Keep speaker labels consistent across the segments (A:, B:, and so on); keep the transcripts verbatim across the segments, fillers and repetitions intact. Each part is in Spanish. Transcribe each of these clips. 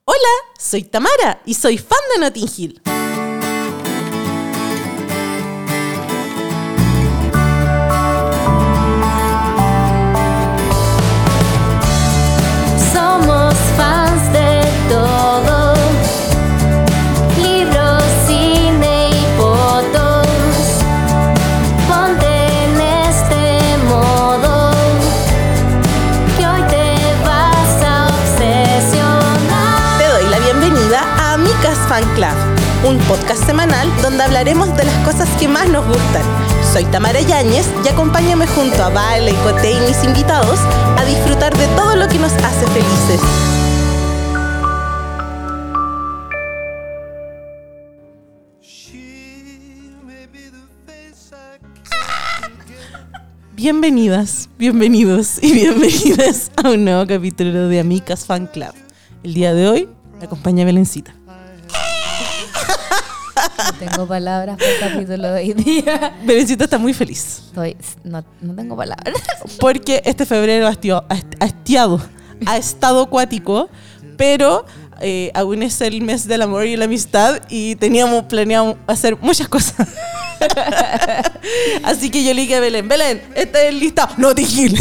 A: Hola, soy Tamara y soy fan de Notting Hill.
B: Somos fans de todo, libros, cine y fotos. Ponte en este modo, que hoy te vas a obsesionar.
A: Te doy la bienvenida a Amigas Fan Club, un podcast semanal donde hablaremos de las cosas que más nos gustan. Soy Tamara Yáñez y acompáñame junto a Vale, Coté y mis invitados a disfrutar de todo lo que nos hace felices. Bienvenidas, bienvenidos y bienvenidas a un nuevo capítulo de Amigas Fan Club. El día de hoy me acompaña Belencita.
C: No tengo palabras para el capítulo de hoy día.
A: Belencita está muy feliz
C: Estoy, no, no tengo palabras.
A: porque este febrero ha estiado, ha estiado, ha estado acuático, pero eh, aún es el mes del amor y la amistad y teníamos planeado hacer muchas cosas. Así que yo le dije a Belén, Belén, este es el listado, Notting Hill.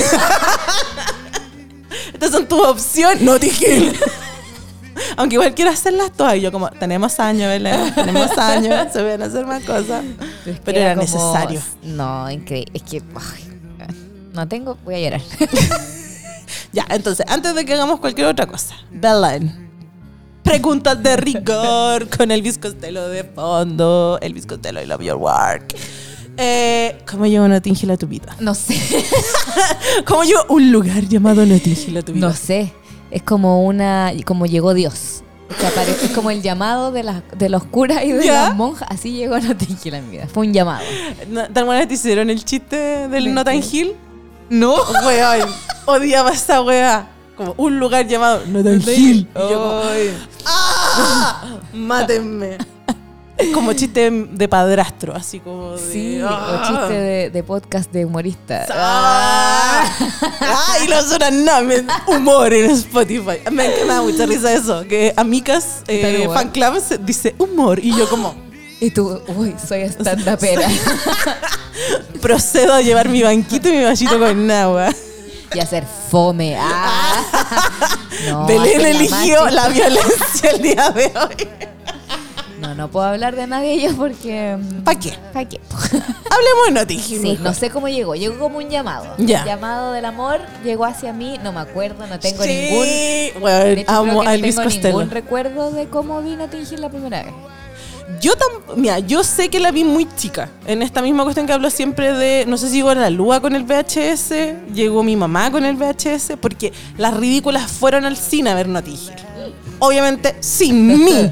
A: Estas son tus opciones, Notting Hill. Aunque igual quiero hacerlas todas. Y yo como, tenemos años, Belén, tenemos años, se pueden hacer más cosas.
C: Es
A: Pero era, era como, necesario.
C: No, increíble. Es que ay, no tengo, voy a llorar.
A: Ya, entonces, antes de que hagamos cualquier otra cosa, Belén, preguntas de rigor con Elvis Costello de fondo. Elvis Costello, I love your work. Eh, ¿Cómo llevo Notting Hill a tu vida?
C: No sé.
A: ¿Cómo llevo un lugar llamado Notting Hill a tu vida?
C: No sé. Es como una, como llegó Dios. O sea, parece, es como el llamado de, las, de los curas y de
A: ¿Ya?
C: las monjas. Así llegó Notting Hill a mi vida. Fue un llamado.
A: ¿Tal manera te hicieron el chiste del
C: ¿De
A: Notting
C: qué?
A: Hill?
C: No.
A: Weón, odiaba esa weá. Como un lugar llamado Notting Hill. Y yo como,
C: Ay.
A: ¡ah! Mátenme. Como chiste de padrastro, así como de...
C: Sí,
A: ¡ah!
C: o chiste de, de podcast de humorista.
A: ¡Ah! ¡Ay, no suena nada! Me- Humor en Spotify. Me encanta mucha risa eso. Que Amigas eh,
C: Tal cual.
A: Fan Club se- dice humor. Y yo como...
C: Y tú, uy, soy stand-upera.
A: Procedo a llevar mi banquito y mi vasito con agua.
C: Y hacer fome. Ah. No,
A: Belén
C: hacer la
A: eligió
C: más
A: la
C: chistosa.
A: violencia el día de hoy.
C: No, no puedo hablar de nadie de ellos porque...
A: ¿Para qué?
C: ¿Para qué?
A: Hablemos de Notting Hill.
C: Sí,
A: mejor.
C: no sé cómo llegó. Llegó como un llamado.
A: Ya.
C: Un llamado del amor llegó hacia mí. No me acuerdo, no tengo
A: Sí,
C: ningún... De
A: bueno,
C: hecho, creo
A: amo
C: que
A: a
C: no
A: Elvis
C: tengo
A: Costello.
C: ningún recuerdo de cómo vi Notting Hill la primera vez.
A: Yo tam- mira, yo sé que la vi muy chica. En esta misma cuestión que hablo siempre de, no sé si llegó la Lua con el V H S, llegó mi mamá con el V H S, porque las ridículas fueron al cine a ver Notting Hill. Obviamente sin mí.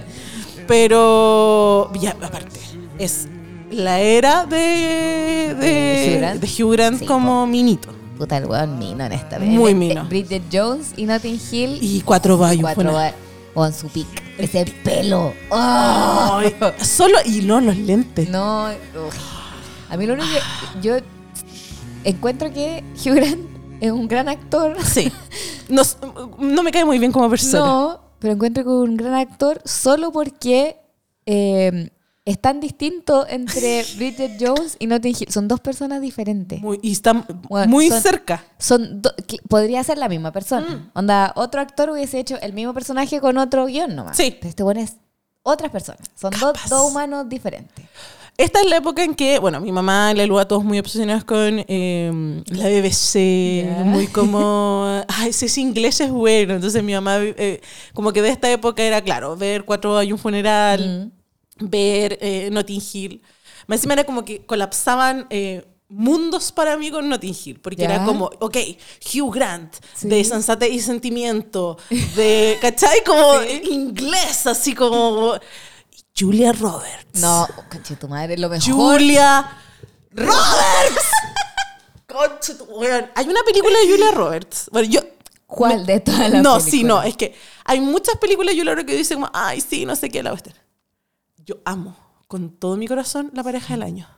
A: Pero, ya, aparte, es la era de, de,
C: De Hugh Grant.
A: de Hugh Grant
C: Sí,
A: como minito.
C: Puta, el weón mino en esta vez.
A: Muy
C: Eh,
A: mino.
C: Bridget Jones y Notting Hill.
A: Y cuatro bayos.
C: Cuatro
A: bueno.
C: ba- o en su pic. Ese pelo. ¡Oh!
A: Ay, solo, y no los lentes.
C: No, ugh. A mí lo único que yo encuentro que Hugh Grant es un gran actor.
A: Sí. No, no me cae muy bien como persona.
C: No, pero encuentro que es un gran actor solo porque eh, es tan distinto entre Bridget Jones y Notting Hill. Son dos personas diferentes.
A: Muy, y están
C: Bueno,
A: muy
C: son-
A: cerca.
C: Son do- que podría ser la misma persona. Onda, otro actor hubiese hecho el mismo personaje con otro guión nomás.
A: Sí.
C: Pero este bueno es otras personas. Son do-
A: Capaz.
C: dos humanos diferentes.
A: Esta es la época en que, bueno, mi mamá y la Lua todos muy obsesionados con eh, la B B C,
C: Ya.
A: muy como, ay, ese, ese inglés es bueno. Entonces mi mamá, eh, como que de esta época era, claro, ver Cuatro hay un funeral, ver eh, Notting Hill. Más encima era como que colapsaban eh, mundos para mí con Notting Hill, porque
C: Ya.
A: era como, ok, Hugh Grant,
C: Sí.
A: de Sensatez y Sentimiento, de, ¿cachai? Como
C: Sí.
A: inglés, así como... Julia Roberts.
C: No, conche tu madre, lo mejor.
A: Julia Roberts. Concha tu- weón. Hay una película de Julia Roberts. Bueno, yo.
C: ¿Cuál de todas las
A: No,
C: películas?
A: sí, no. Es que hay muchas películas de Julia Roberts que dicen como, ay, sí, no sé qué, la cuestión. Yo amo con todo mi corazón La pareja del año.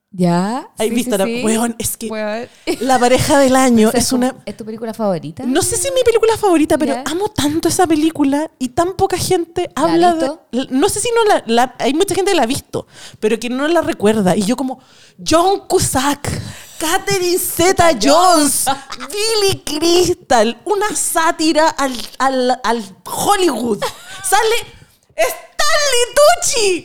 C: ¿Ya?
A: ¿Has
C: Sí,
A: visto?
C: sí,
A: la-
C: sí.
A: Weón, es que
C: Weón.
A: La pareja del año
C: Esa
A: es
C: como-
A: una...
C: ¿Es tu película favorita?
A: No sé si es mi película favorita, pero
C: Ya.
A: amo tanto esa película y tan poca gente
C: ¿La ha
A: habla
C: visto?
A: de... No sé si no la, la- Hay mucha gente que la ha visto, pero que no la recuerda. Y yo como, John Cusack, Catherine Zeta-Jones, Billy Crystal, una sátira al, al, al Hollywood. Sale Stanley Tucci.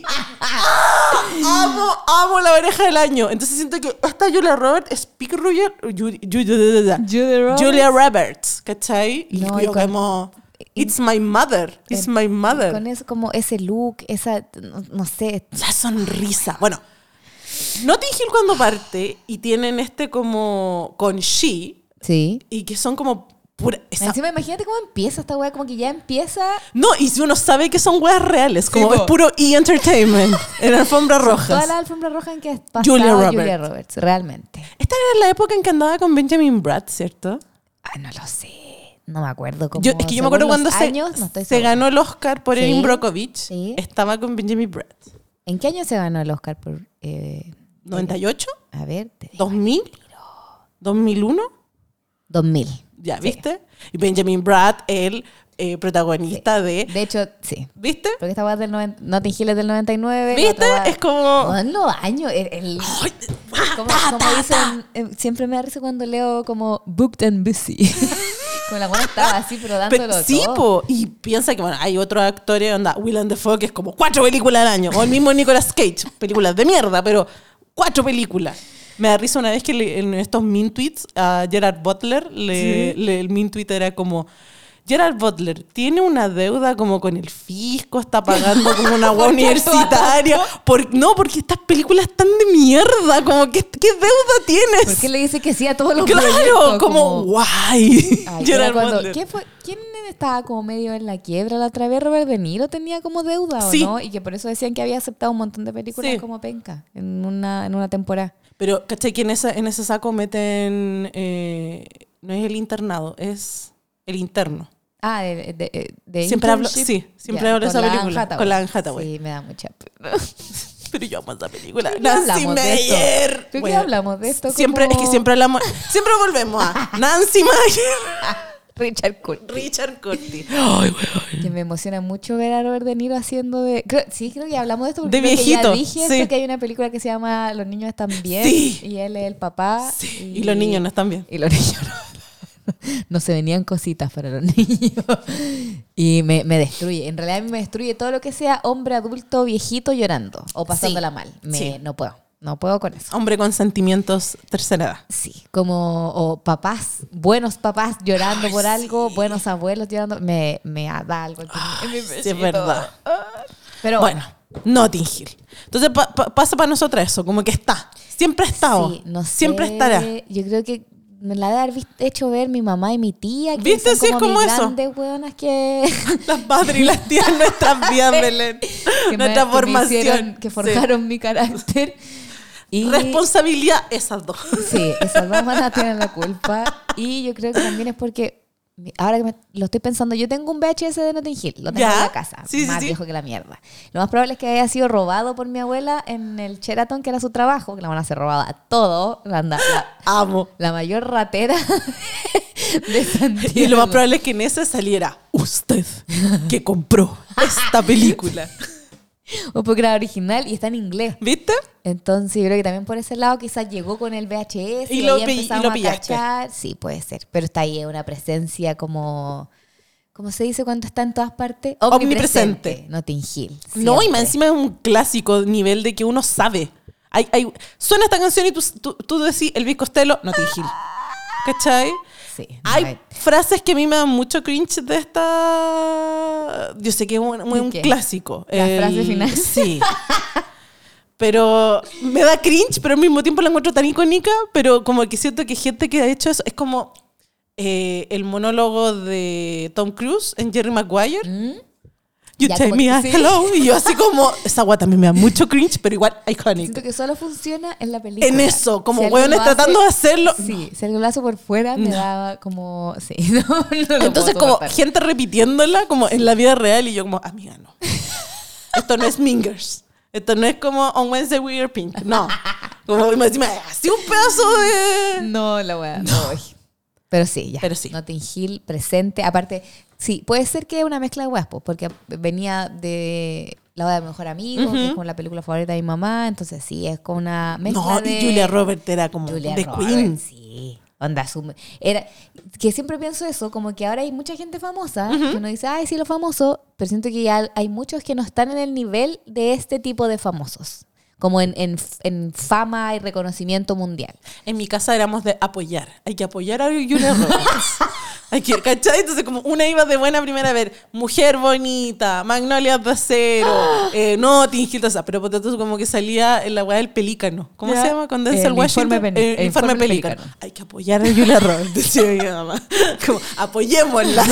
A: ¡Ah! Amo, amo La pareja del año. Entonces siento que esta Julia Roberts es Pick Ruger, Julia,
C: Julia Roberts.
A: Julia Roberts, ¿cachai? Y
C: No, y
A: yo
C: con-
A: como, it's my mother, it's my mother.
C: Con eso, como ese look, esa, no, no sé.
A: La sonrisa. Bueno, Notting Hill cuando parte y tienen este como con She
C: Sí.
A: y que son como pura... esa-
C: Encima, imagínate cómo empieza esta weá, como que ya empieza
A: no, y si uno sabe que son weas reales, como
C: po.
A: es puro E-Entertainment en alfombra
C: toda
A: rojas.
C: la alfombra roja en que es
A: Julia
C: pasado
A: Roberts.
C: Julia Roberts, realmente.
A: Esta era la época en que andaba con Benjamin Bratt, ¿cierto?
C: Ay, no lo sé. No me acuerdo cómo.
A: Yo, es que yo me
C: según
A: acuerdo
C: los
A: cuando se,
C: años, no estoy
A: se
C: segura.
A: ganó el Oscar por
C: Sí,
A: Erin Brockovich.
C: sí.
A: Estaba con Benjamin Bratt.
C: ¿En qué año se ganó el Oscar por eh,
A: ¿noventa y ocho?
C: A ver, te digo.
A: ¿dos mil? ¿dos mil uno?
C: dos mil.
A: Ya,
C: Sí.
A: ¿viste? Y Benjamin Bratt, el eh, protagonista de...
C: De hecho, sí.
A: ¿Viste?
C: Porque esta weá es del noventa, Notting Hill es del noventa y nueve. la
A: ¿Viste?
C: otra weá-
A: Es como...
C: No, en los años. El, el-
A: Ay,
C: como,
A: ta,
C: como
A: ta,
C: dicen, eh, siempre me da risa cuando leo como booked and busy. Como la buena estaba así, pero dándolo
A: Pero sí,
C: todo.
A: po. Y piensa que, bueno, hay otros actores, onda, Willem Dafoe, que es como cuatro películas al año. O el mismo Nicolas Cage, películas de mierda, pero cuatro películas. Me da risa una vez que le- en estos mean tweets a Gerard Butler, le, le- el mean tweet era como... Gerard Butler tiene una deuda como con el fisco, está pagando como una
C: ¿Por
A: agua
C: qué
A: universitaria. Por, no, porque estas películas están de mierda. Como, ¿qué, qué deuda tienes?
C: ¿Por qué le dice que sí a todos los
A: Claro,
C: proyectos?
A: como, guay.
C: Ay,
A: Gerard
C: era cuando-
A: Butler.
C: ¿qué fue? ¿Quién estaba como medio en la quiebra la otra vez? Robert De Niro tenía como deuda, ¿o
A: Sí.
C: no? Y que por eso decían que había aceptado un montón de películas
A: Sí.
C: como penca en una, en una temporada.
A: Pero, ¿cachai? Que en, esa, en ese saco meten... eh, no es el internado, es el interno.
C: Ah, de, de, de
A: Siempre hablo-
C: Internship.
A: sí, siempre
C: Ya,
A: hablo de
C: con
A: esa
C: la
A: película,
C: Anne Hathaway.
A: con la Anne Hathaway.
C: Sí, me da mucha pena.
A: Pero yo amo esa película.
C: ¿Por qué
A: Nancy
C: hablamos de esto?
A: Meyer.
C: ¿Por qué
A: Bueno,
C: hablamos de esto?
A: Siempre,
C: como
A: es que siempre hablamos... Siempre volvemos a Nancy Meyer.
C: Richard Curtis.
A: Richard Curtis. Ay, weón.
C: Que me emociona mucho ver a Robert De Niro haciendo de... creo- sí, creo que hablamos de esto. porque
A: De
C: creo que
A: viejito,
C: ya dije esto,
A: sí.
C: que hay una película que se llama Los niños están bien.
A: Sí.
C: Y él es el papá.
A: Sí, y los niños no están bien.
C: Y los niños no. No se venían cositas para los niños. Y me, me destruye. En realidad a mí me destruye todo lo que sea hombre adulto viejito llorando o pasándola
A: Sí,
C: mal. Me,
A: sí.
C: No puedo. No puedo con eso.
A: Hombre con sentimientos tercera edad.
C: Sí, como o papás, buenos papás llorando
A: Ay,
C: por
A: sí.
C: algo, buenos abuelos llorando. Me, me da algo aquí en mi
A: Sí,
C: pechito.
A: es verdad.
C: Pero
A: Bueno, Notting Hill. Entonces pa- pa- pasa para nosotros eso, como que está. Siempre ha estado.
C: sí, no sé.
A: Siempre estará.
C: Yo creo que me la debe haber vis- hecho ver mi mamá y mi tía. Que
A: ¿Viste?
C: son
A: Sí, es
C: como
A: como
C: mis
A: eso.
C: grandes hueonas que...
A: Las padres y las tías nuestras vidas, Belén.
C: que me-
A: Nuestra
C: que me
A: formación.
C: hicieron- que
A: Sí.
C: forjaron mi carácter. Y
A: Responsabilidad, esas dos.
C: sí, esas dos manas tienen la culpa. Y yo creo que también es porque, ahora que me- lo estoy pensando, yo tengo un V H S de Notting Hill, lo tengo
A: ¿Ya?
C: en la casa,
A: Sí, sí,
C: más
A: sí.
C: viejo que la mierda. Lo más probable es que haya sido robado por mi abuela en el Sheraton, que era su trabajo, que la van a hacer robada a todo. La, anda- la,
A: Amo.
C: la mayor ratera de Santiago.
A: Y lo más probable es que en ese saliera usted que compró esta película.
C: O porque era original y está en inglés.
A: ¿Viste?
C: Entonces yo creo que también por ese lado quizás llegó con el V H S
A: Y
C: y,
A: lo
C: ahí
A: pi- y
C: empezamos
A: lo
C: a
A: pillaste.
C: cachar. Sí, puede ser. Pero está ahí una presencia como... ¿Cómo se dice cuando está en todas partes?
A: Omnipresente.
C: Omnipresente. Notting Hill.
A: No, y
C: siempre.
A: más encima es un clásico nivel de que uno sabe. Hay, hay, suena esta canción y tú, tú, tú decís Elvis Costello, Notting Hill. ¿Cachai?
C: Sí.
A: Hay
C: no,
A: frases que a mí me dan mucho cringe de esta... Yo sé que es un, un
C: qué?
A: clásico.
C: ¿La frase final?
A: Sí. Pero me da cringe, pero al mismo tiempo la encuentro tan icónica, pero como que siento que gente que ha hecho eso es como eh, el monólogo de Tom Cruise en Jerry Maguire.
C: ¿Mm?
A: You
C: Ya,
A: tell
C: como
A: me
C: que
A: a
C: sí.
A: hello. Y yo así como, esa guata también me da mucho cringe, pero igual icónica.
C: Siento que solo funciona en la película.
A: En eso, como
C: alguien
A: hueones
C: lo hace-
A: tratando de hacerlo.
C: Sí, si alguien lo hace por fuera me
A: No.
C: da como... Sí, no, no lo
A: Entonces
C: puedo
A: como
C: soportar.
A: gente repitiéndola como en la vida real y yo como, amiga, no. Esto no es Mingers. Esto no es como On Wednesday We Are Pink. No. Como encima, así un pedazo de...
C: No, la weá. No. Pero sí, ya.
A: Pero sí.
C: Notting Hill presente. Aparte, sí, puede ser que es una mezcla de weas, po, porque venía de La Boda de mi Mejor Amigo,
A: Ujú.
C: que es como la película favorita de mi mamá. Entonces sí, es como una mezcla
A: No,
C: de...
A: y Julia Roberts era como
C: Julia
A: The
C: Roberts,
A: Queen.
C: sí. Onda, asume. Era, que siempre pienso eso, como que ahora hay mucha gente famosa,
A: Ujú.
C: que uno dice, ay, sí, lo famoso, pero siento que ya hay muchos que no están en el nivel de este tipo de famosos. Como en, en, en fama y reconocimiento mundial.
A: En mi casa éramos de apoyar. Hay que apoyar a Julia Roberts. Hay que, ¿cachai? Entonces, como una iba de buena primera a ver Mujer Bonita, Magnolias de Acero, eh, Notting Hill, o sea, pero ponte tú como que salía en la weá del Pelícano. ¿Cómo
C: Ya.
A: se llama? Con Denzel
C: El
A: Washington.
C: Informe Peni-
A: Eh,
C: el
A: Informe
C: Informe
A: Pelícano.
C: Pelícano.
A: Hay que apoyar a Julia Roberts, decía mi mamá. Como, apoyémosla.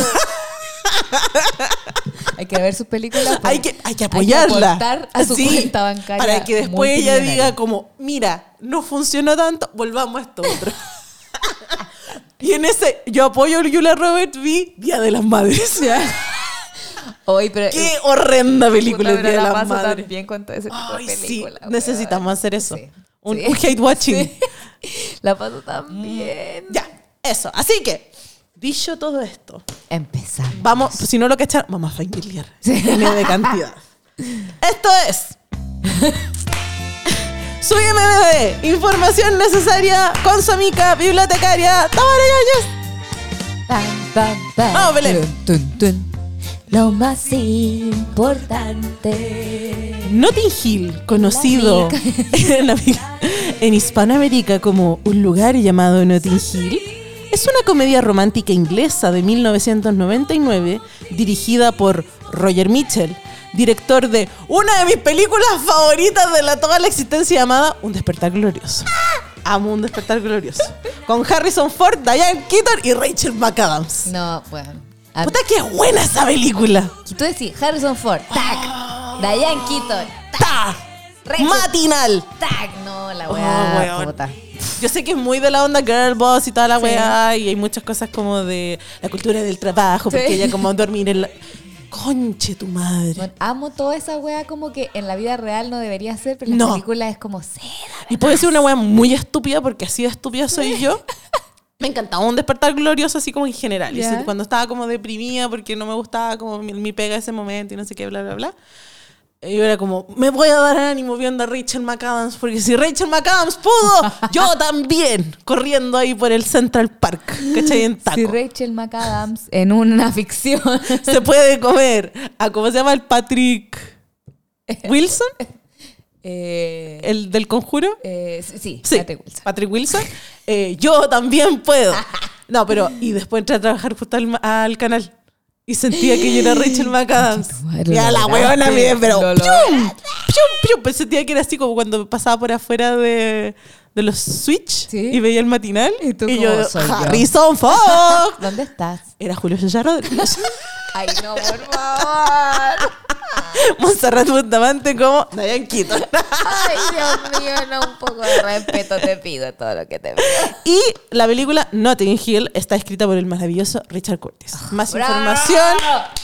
C: Hay que ver sus películas.
A: hay, que, hay que apoyarla.
C: Hay que aportar a su
A: Sí,
C: cuenta bancaria.
A: para que después ella
C: multimillonaria.
A: diga como, mira, no funcionó tanto, volvamos a esto otro. Y en ese, yo apoyo a Julia Roberts, vi Día de las Madres.
C: Oye, pero
A: Qué horrenda película
C: puta,
A: el
C: pero
A: Día de
C: la
A: las
C: paso
A: Madres.
C: también con todo ese tipo
A: Ay,
C: de
A: sí,
C: películas. weón.
A: necesitamos hacer eso.
C: Sí.
A: Un,
C: Sí.
A: un hate watching.
C: Sí. La paso también.
A: Ya, eso. Así que, dicho todo esto,
C: Empezamos.
A: vamos, si no lo cachan, vamos a familiar. N de cantidad. Esto es Su I M D B, información necesaria con su amiga bibliotecaria Tamara Yáñez.
C: Tan, tan, tan.
A: Vamos, Belén.
C: Tun, tun, tun. Lo más importante.
A: Notting Hill, conocido en, en Hispanoamérica como un lugar llamado Notting Hill, es una comedia romántica inglesa de mil novecientos noventa y nueve dirigida por Roger Mitchell, director de una de mis películas favoritas de la, toda la existencia llamada Un Despertar Glorioso. Amo Un Despertar Glorioso. Con Harrison Ford, Diane Keaton y Rachel McAdams.
C: No, bueno. A-
A: Puta, qué buena esa película.
C: Y tú decís Harrison Ford, tac. Diane Keaton,
A: ¡Ta!
C: Rachel-
A: Matinal.
C: tac. No, la
A: Oh,
C: weá.
A: weón.
C: puta.
A: Yo sé que es muy de la onda girl boss y toda la
C: Sí.
A: weá, y hay muchas cosas como de la cultura del trabajo, porque
C: Sí.
A: ella como dormir en la... Conche tu madre.
C: Bueno, amo toda esa weá como que en la vida real no debería ser, pero en la
A: No.
C: película es como seda.
A: Y puede ser una weá muy estúpida, porque así de estúpida soy yo. Me encantaba Un Despertar Glorioso así como en general. Y
C: Ya.
A: si- cuando estaba como deprimida porque no me gustaba como mi, mi pega ese momento y no sé qué, bla, bla, bla. Yo era como, me voy a dar ánimo viendo a Rachel McAdams, porque si Rachel McAdams pudo, yo también, corriendo ahí por el Central Park, ¿cachai? En taco.
C: Si Rachel McAdams en una ficción.
A: Se puede comer a, ¿cómo se llama? El Patrick Wilson,
C: eh,
A: el del Conjuro.
C: eh, sí,
A: Sí,
C: Patrick Wilson.
A: Patrick Wilson. Eh, yo también puedo. No, pero, y después entré a trabajar justo al, al canal. Y sentía que yo era Rachel McAdams.
C: Conchetumare,
A: Ya
C: lo
A: la weona
C: lograste,
A: bien, pero
C: lo
A: ¡pium!
C: lograste.
A: ¡pium! ¡pium! Pues sentía que era así como cuando pasaba por afuera de, de los Switch
C: Sí.
A: y veía el matinal.
C: Y tú
A: yo,
C: como, soy yo.
A: Harrison Ford.
C: ¿Dónde estás?
A: Era Julio César Rodríguez.
C: Ay, no, por favor.
A: Montserrat Bustamante como Diane Keaton.
C: Ay, Dios mío, no, un poco de respeto te pido, todo lo que te pido.
A: Y la película Notting Hill está escrita por el maravilloso Richard Curtis. Más
C: ¡Bravo!
A: información.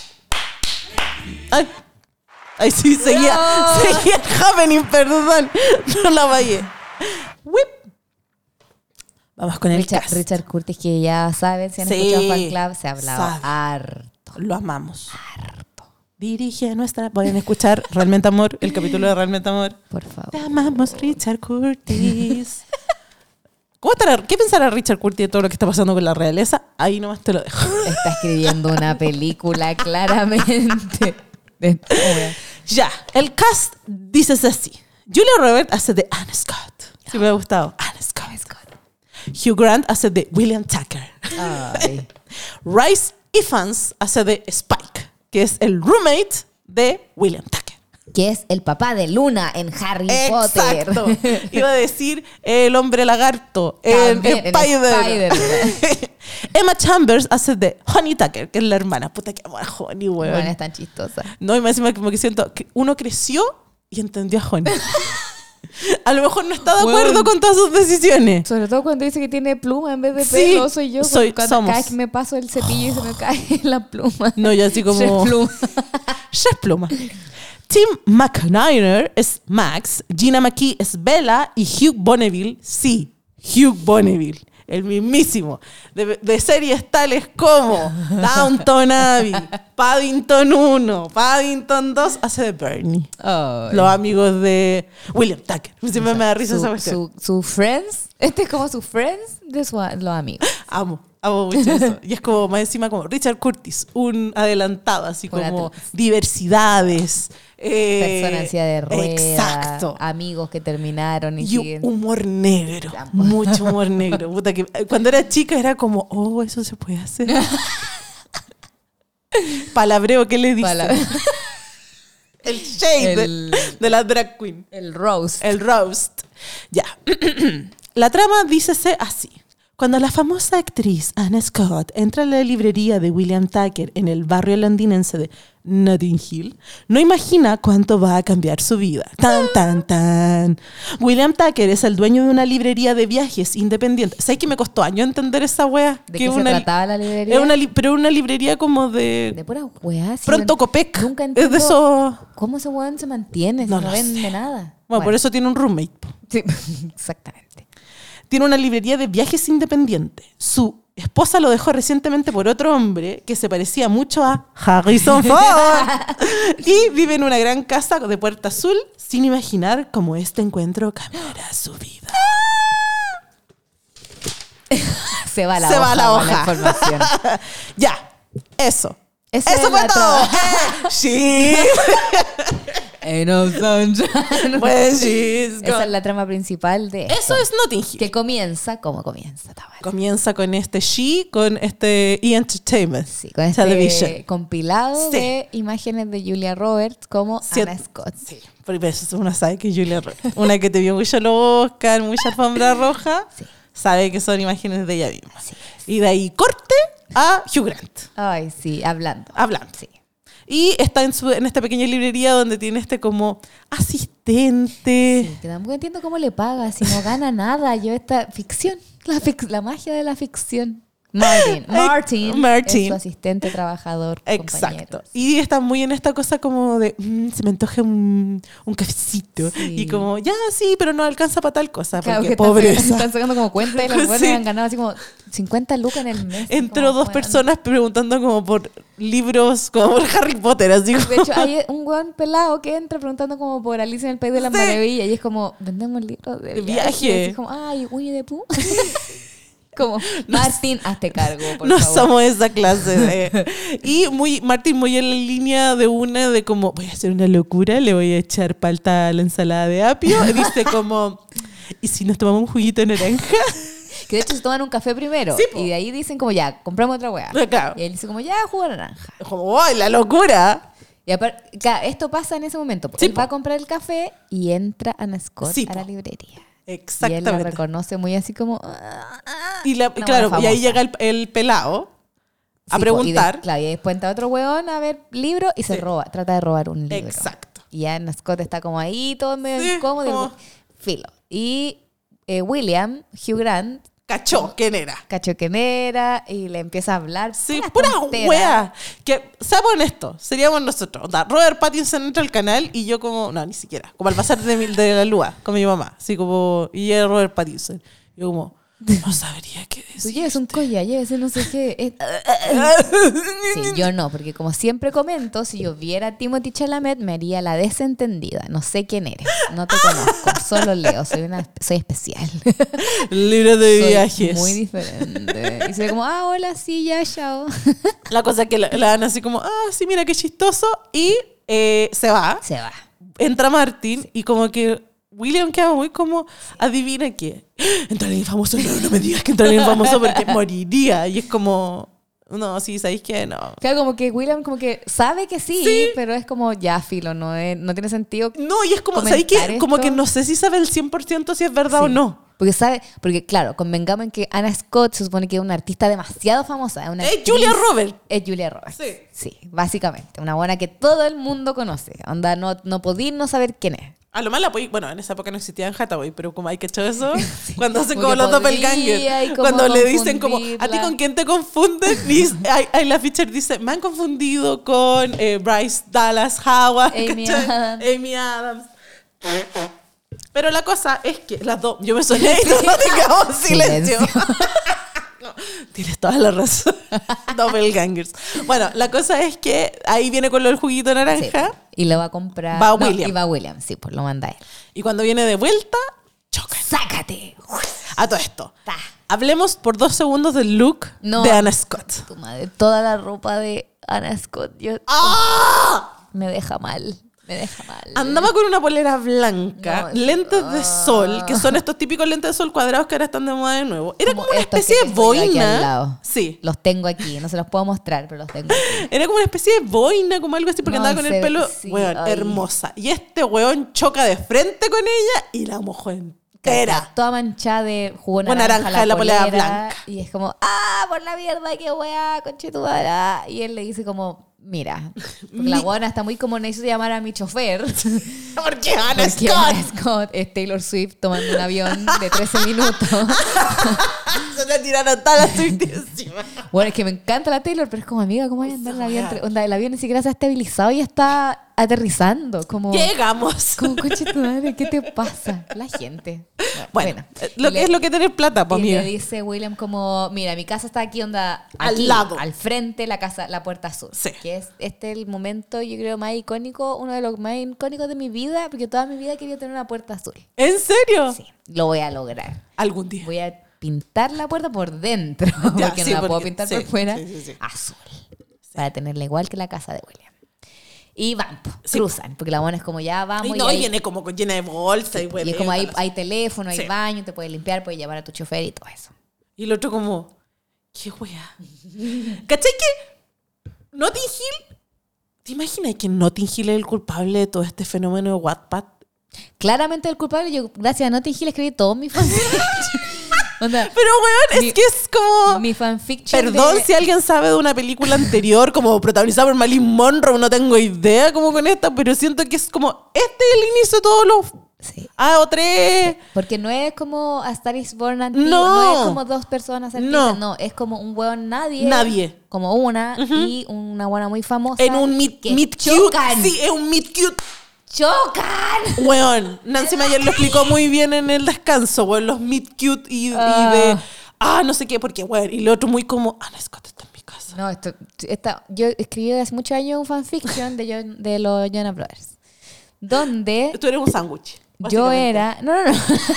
A: Ay, ay sí, seguía,
C: ¡Bravo!
A: seguía happening, perdón. No la vayé. Whip. Vamos con el
C: Richard,
A: cast.
C: Richard Curtis, que ya saben, si han
A: Sí,
C: escuchado Fan Club, se ha hablado
A: sabe.
C: harto.
A: Lo amamos. Dirige nuestra. Pueden escuchar Realmente Amor, el capítulo de Realmente Amor.
C: Por favor.
A: Te amamos, Richard Curtis. ¿Cómo estará? ¿Qué pensará Richard Curtis de todo lo que está pasando con la realeza? Ahí nomás te lo dejo.
C: Está escribiendo una película claramente. De esta wea.
A: Ya, el cast dice así. Julia Roberts hace de Anne Scott. Sí me ha gustado. Anne Scott. Hugh Grant hace de William Tucker.
C: Ay.
A: Rhys Ifans hace de Spike, que es el roommate de William Tucker.
C: Que es el papá de Luna en Harry
A: Exacto.
C: Potter.
A: Iba a decir el hombre lagarto en
C: También en
A: Spider.
C: Spider-Man.
A: Emma Chambers hace de Honey Tucker, que es la hermana. Puta que amo a Honey, weón.
C: Bueno, es tan chistosa.
A: No, y más encima como que siento que uno creció y entendió a Honey. A lo mejor no está de acuerdo
C: Weón.
A: con todas sus decisiones.
C: Sobre todo cuando dice que tiene pluma en vez de
A: Sí,
C: pelo, soy yo.
A: soy-
C: cuando
A: somos.
C: cada vez que me paso el cepillo y se me cae la pluma.
A: No, yo así como...
C: Se pluma.
A: Ya es pluma. Tim McIntyre es Max, Gina McKee es Bella y Hugh Bonneville, sí, Hugh Bonneville, el mismísimo, de, de series tales como Downton Abbey, Paddington uno, Paddington dos, hace de Bernie.
C: Ay.
A: Los amigos de William Tucker. Siempre me da risa
C: su,
A: esa cuestión.
C: su, su Friends, este es como su Friends de su, los amigos.
A: Amo, amo mucho eso. Y es como más encima como Richard Curtis, un adelantado, así
C: Un
A: como
C: atrás.
A: diversidades. eh,
C: Persona en silla de ruedas,
A: Exacto.
C: amigos que terminaron y,
A: Y
C: siguen.
A: humor negro, mucho humor negro. Puta que cuando era chica era como, oh, eso se puede hacer. Palabreo, ¿qué le dice?
C: Pala-
A: El shade
C: El-
A: de, de la drag queen.
C: el roast.
A: El roast. Ya. La trama dícese así. Cuando la famosa actriz Anna Scott entra a la librería de William Tucker en el barrio londinense de Notting Hill, no imagina cuánto va a cambiar su vida. Tan, tan, tan. William Tucker es el dueño de una librería de viajes independiente. ¿Sabes que me costó años entender esa wea?
C: ¿De
A: que
C: qué se
A: una,
C: trataba la librería?
A: es una li- pero una librería como de...
C: De pura weá. si
A: Pronto
C: yo
A: Copec.
C: Nunca
A: Es
C: entiendo
A: de esos...
C: cómo ese weón se mantiene si
A: No
C: no,
A: lo
C: vende
A: sé.
C: nada.
A: Bueno, por eso tiene un roommate. po.
C: Sí, exactamente.
A: Tiene una librería de viajes independiente. Su esposa lo dejó recientemente por otro hombre que se parecía mucho a Harrison Ford. Y vive en una gran casa de puerta azul sin imaginar cómo este encuentro cambiará su vida.
C: Se va la
A: Se
C: hoja.
A: va la
C: con
A: hoja.
C: información.
A: Ya, eso.
C: Esa
A: eso
C: es
A: fue
C: la
A: todo.
C: trama.
A: Eh, sí.
C: Ain't no sunshine.
A: When she's
C: Esa
A: gone.
C: es la trama principal de
A: Eso
C: esto.
A: es Notting Hill.
C: Que comienza, ¿cómo comienza? Tamara?
A: Comienza con este She, con este E! Entertainment.
C: Sí, con este
A: Television.
C: compilado
A: Sí.
C: de imágenes de Julia Roberts como
A: Sí,
C: Anna Scott.
A: Sí, pero eso uno sabe que es Julia Roberts. Una que te vio mucho los Oscar, mucha alfombra roja,
C: Sí.
A: sabe que son imágenes de ella misma.
C: Así
A: Y de ahí corte a Hugh Grant,
C: Ay, sí, hablando.
A: hablando.
C: Sí.
A: Y está en, su, en esta pequeña librería donde tiene este como asistente.
C: Sí, que tampoco entiendo cómo le paga si no gana nada. Yo esta ficción, la, fic- la magia de la ficción. Martin, Martin,
A: Martin.
C: es su asistente, trabajador,
A: Exacto.
C: compañero.
A: Y está muy en esta cosa como de, "Mm, se me antoja un, un cafecito.
C: Sí.
A: Y como, ya sí, pero no alcanza para tal cosa.
C: Claro,
A: Porque
C: que están
A: pobreza.
C: sacando, están sacando como cuenta y los buenos
A: Sí.
C: han ganado así como cincuenta lucas en el mes.
A: Entró
C: Como,
A: dos
C: weón.
A: personas preguntando como por libros, como por Harry Potter, así como...
C: De hecho, hay un weón pelado que entra preguntando como por Alicia en el País de las
A: Sí.
C: Maravillas y es como, vendemos libros de
A: De
C: viaje.
A: viaje.
C: Así como, ay, Winnie the Pooh. Como, Martín, hazte cargo, por
A: no
C: favor.
A: somos esa clase de... Y muy, Martín muy en la línea de una de como, voy a hacer una locura, le voy a echar palta a la ensalada de apio. Y dice como, ¿y si nos tomamos un juguito de naranja?
C: Que de hecho se toman un café primero.
A: Sí, po.
C: Y de ahí dicen como, ya, compramos otra weá.
A: Claro.
C: Y él dice como, ya, jugo de naranja.
A: Como, ¡ay, la locura!
C: Y aparte, claro, esto pasa en ese momento.
A: Sí,
C: él
A: po.
C: va a comprar el café y entra Anna Scott
A: Sí,
C: a la
A: po.
C: librería. Y él la
A: Exactamente.
C: reconoce muy así como... "Ah, ah".
A: Y, la-
C: Una
A: claro,
C: buena
A: y ahí
C: famosa.
A: llega el, el pelado a
C: Sí, po,
A: preguntar.
C: Y de- claro, y después entra otro weón a ver libro y se
A: Sí.
C: roba, trata de robar un libro.
A: Exacto.
C: Y Anna Scott está como ahí, todo medio
A: Sí,
C: incómodo. y
A: como-
C: Filo. Y eh, William, Hugh Grant,
A: Cachó, ¿quién era?
C: cacho quién era y le empieza a hablar.
A: Sí,
C: puras
A: pura
C: tonteras.
A: wea. Que, seamos honestos, seríamos nosotros. Onda, Robert Pattinson entra al canal y yo como, no, ni siquiera. Como al pasar de, mi- de la lúa con mi mamá. Así como, y era Robert Pattinson. Yo como, no sabría qué
C: Tú
A: decir.
C: lleves un collar, lleves no sé qué. Es- Sí, yo no, porque como siempre comento, si yo viera a Timothy Chalamet me haría la desentendida. No sé quién eres, no te conozco, solo leo, soy una soy especial.
A: Libro de
C: Soy
A: viajes.
C: muy diferente. Y se ve como, ah, hola, sí, ya, chao.
A: La cosa es que la, la dan así como, ah, sí, mira qué chistoso. Y eh, se va.
C: Se va.
A: Entra Martin y como que William queda muy como, adivina qué. Entra alguien famoso. No, no me digas que entra alguien famoso porque moriría. Y es como, no, sí, ¿sabéis qué? No.
C: Claro, como que William como que sabe que sí,
A: Sí.
C: pero es como, ya, filo, no, es- no tiene sentido.
A: No, y es como,
C: Comentar
A: ¿sabéis qué? Como
C: esto.
A: que no sé si sabe el cien por ciento si es verdad o
C: Sí.
A: no.
C: Porque sabe, porque claro, convengamos en que Anna Scott se supone que es una artista demasiado famosa. Es, una
A: Es
C: actriz-
A: Julia Roberts.
C: Es Julia Roberts.
A: Sí.
C: Sí, básicamente. Una buena que todo el mundo conoce. Onda, no, no podéis no saber quién es.
A: A lo más la podí- bueno, en esa época no existía en Hathaway, pero como hay que echar eso, cuando hacen
C: Como
A: como
C: que
A: los
C: podría
A: doppelgangers,
C: y como
A: cuando le dicen como, ¿a ti
C: confundirla.
A: con quién te confunden? Y ahí, ahí la Fisher dice, me han confundido con eh, Bryce Dallas Howard,
C: Amy
A: ¿cachai?
C: Adams.
A: Amy Adams. Pero la cosa es que las dos, yo me soné y todos quedamos en silencio.
C: Silencio.
A: No, tienes toda la razón. Doppelgangers. Bueno, la cosa es que ahí viene con lo del juguito
C: Sí,
A: naranja.
C: y lo va a comprar.
A: Va
C: no,
A: William.
C: Y va William, sí, pues lo manda él.
A: Y cuando viene de vuelta, chocan.
C: ¡Sácate!
A: A todo esto.
C: Ta.
A: Hablemos por dos segundos del look
C: No.
A: de Anna Scott.
C: Tu madre, toda la ropa de Anna Scott, yo,
A: ¡Ah!
C: me deja mal. Me deja mal.
A: Andaba con una polera blanca,
C: No, sí.
A: lentes de
C: Ah.
A: sol, que son estos típicos lentes de sol cuadrados que ahora están de moda de nuevo. Era como, una
C: estos
A: especie
C: que
A: de
C: tengo yo aquí al
A: boina.
C: lado.
A: Sí.
C: Los tengo aquí, no se los puedo mostrar, pero los tengo aquí.
A: Era como una especie de boina, como algo así, porque
C: No,
A: andaba con
C: se
A: el
C: ve-
A: pelo,
C: sí,
A: weón,
C: ay.
A: hermosa. Y este weón choca de frente con ella y la mojó entera.
C: Toda manchada de jugo
A: Jugo
C: naranja,
A: naranja, la polera blanca.
C: Y es como, ah, por la mierda, qué weá, conchetumara. Y él le dice como, mira, porque la
A: Mi-
C: buena está muy como, necesito llamar a mi chofer.
A: Porque Anna
C: Porque
A: Scott
C: Anna Scott es Taylor Swift tomando un avión de trece minutos.
A: se le tiraron todas las Swift encima.
C: Bueno, es que me encanta la Taylor, pero es como, amiga, ¿cómo voy a andar en el avión? Tre- Onda, el avión ni siquiera se ha estabilizado y está aterrizando. Como,
A: Llegamos.
C: como coche tu madre, ¿qué te pasa? La gente.
A: Bueno, eh,
C: Y
A: lo
C: le-
A: que es lo que tener plata, pues,
C: Y le
A: amiga.
C: dice William como, mira, mi casa está aquí, onda,
A: Al
C: aquí,
A: lado.
C: al frente, la casa, la puerta azul.
A: Sí.
C: Que es este el momento, yo creo, más icónico, uno de los más icónicos de mi vida, porque toda mi vida he querido tener una puerta azul.
A: ¿En serio?
C: Sí, lo voy a lograr.
A: Algún día.
C: Voy a pintar la puerta por dentro,
A: Ya,
C: porque
A: sí,
C: no la puedo
A: porque-
C: pintar
A: sí,
C: por fuera,
A: sí, sí, sí.
C: azul, para tenerla igual que la casa de William. Y van, po,
A: Sí.
C: cruzan, porque la buena es como ya vamos.
A: Y no,
C: y
A: y
C: ahí-
A: viene como con- llena de bolsa y,
C: y es como hay,
A: huevetas.
C: hay teléfono, hay
A: Sí.
C: baño, te puedes limpiar, puedes llamar a tu chofer y todo eso.
A: Y el otro como, qué wea. ¿Cachai que Notting Hill? ¿Te imaginas que Notting Hill es el culpable de todo este fenómeno de Wattpad?
C: Claramente el culpable, yo gracias a Notting Hill escribí todos mis fanfiction. Onda,
A: Pero weón,
C: Mi-
A: es que es como...
C: mi fanfiction
A: Perdón
C: de-
A: si alguien sabe de una película anterior como protagonizada por Marilyn Monroe, no tengo idea como con esta, pero siento que es como, este es el inicio de todos los...
C: Sí.
A: Ah, o tres...
C: Porque no es como A Star is Born antiguo,
A: No.
C: no. es como dos personas artistas,
A: No.
C: no. es como un hueón nadie.
A: Nadie.
C: Como una y una buena muy famosa.
A: En un meet,
C: que
A: meet cute.
C: chocan.
A: Sí, es un meet cute.
C: ¡Chocan!
A: Weón, Nancy Mayer lo explicó muy bien en el descanso, weón, los meet cute y, y
C: Ah.
A: de... Ah, no sé qué, porque, weón, y el otro muy como, Anna Scott está en mi casa.
C: No, esto, esta, yo escribí hace muchos años un fanfiction de, John- de los Jonas Brothers. Donde
A: Tú eres un sándwich.
C: yo
A: básicamente.
C: era. No, no, no.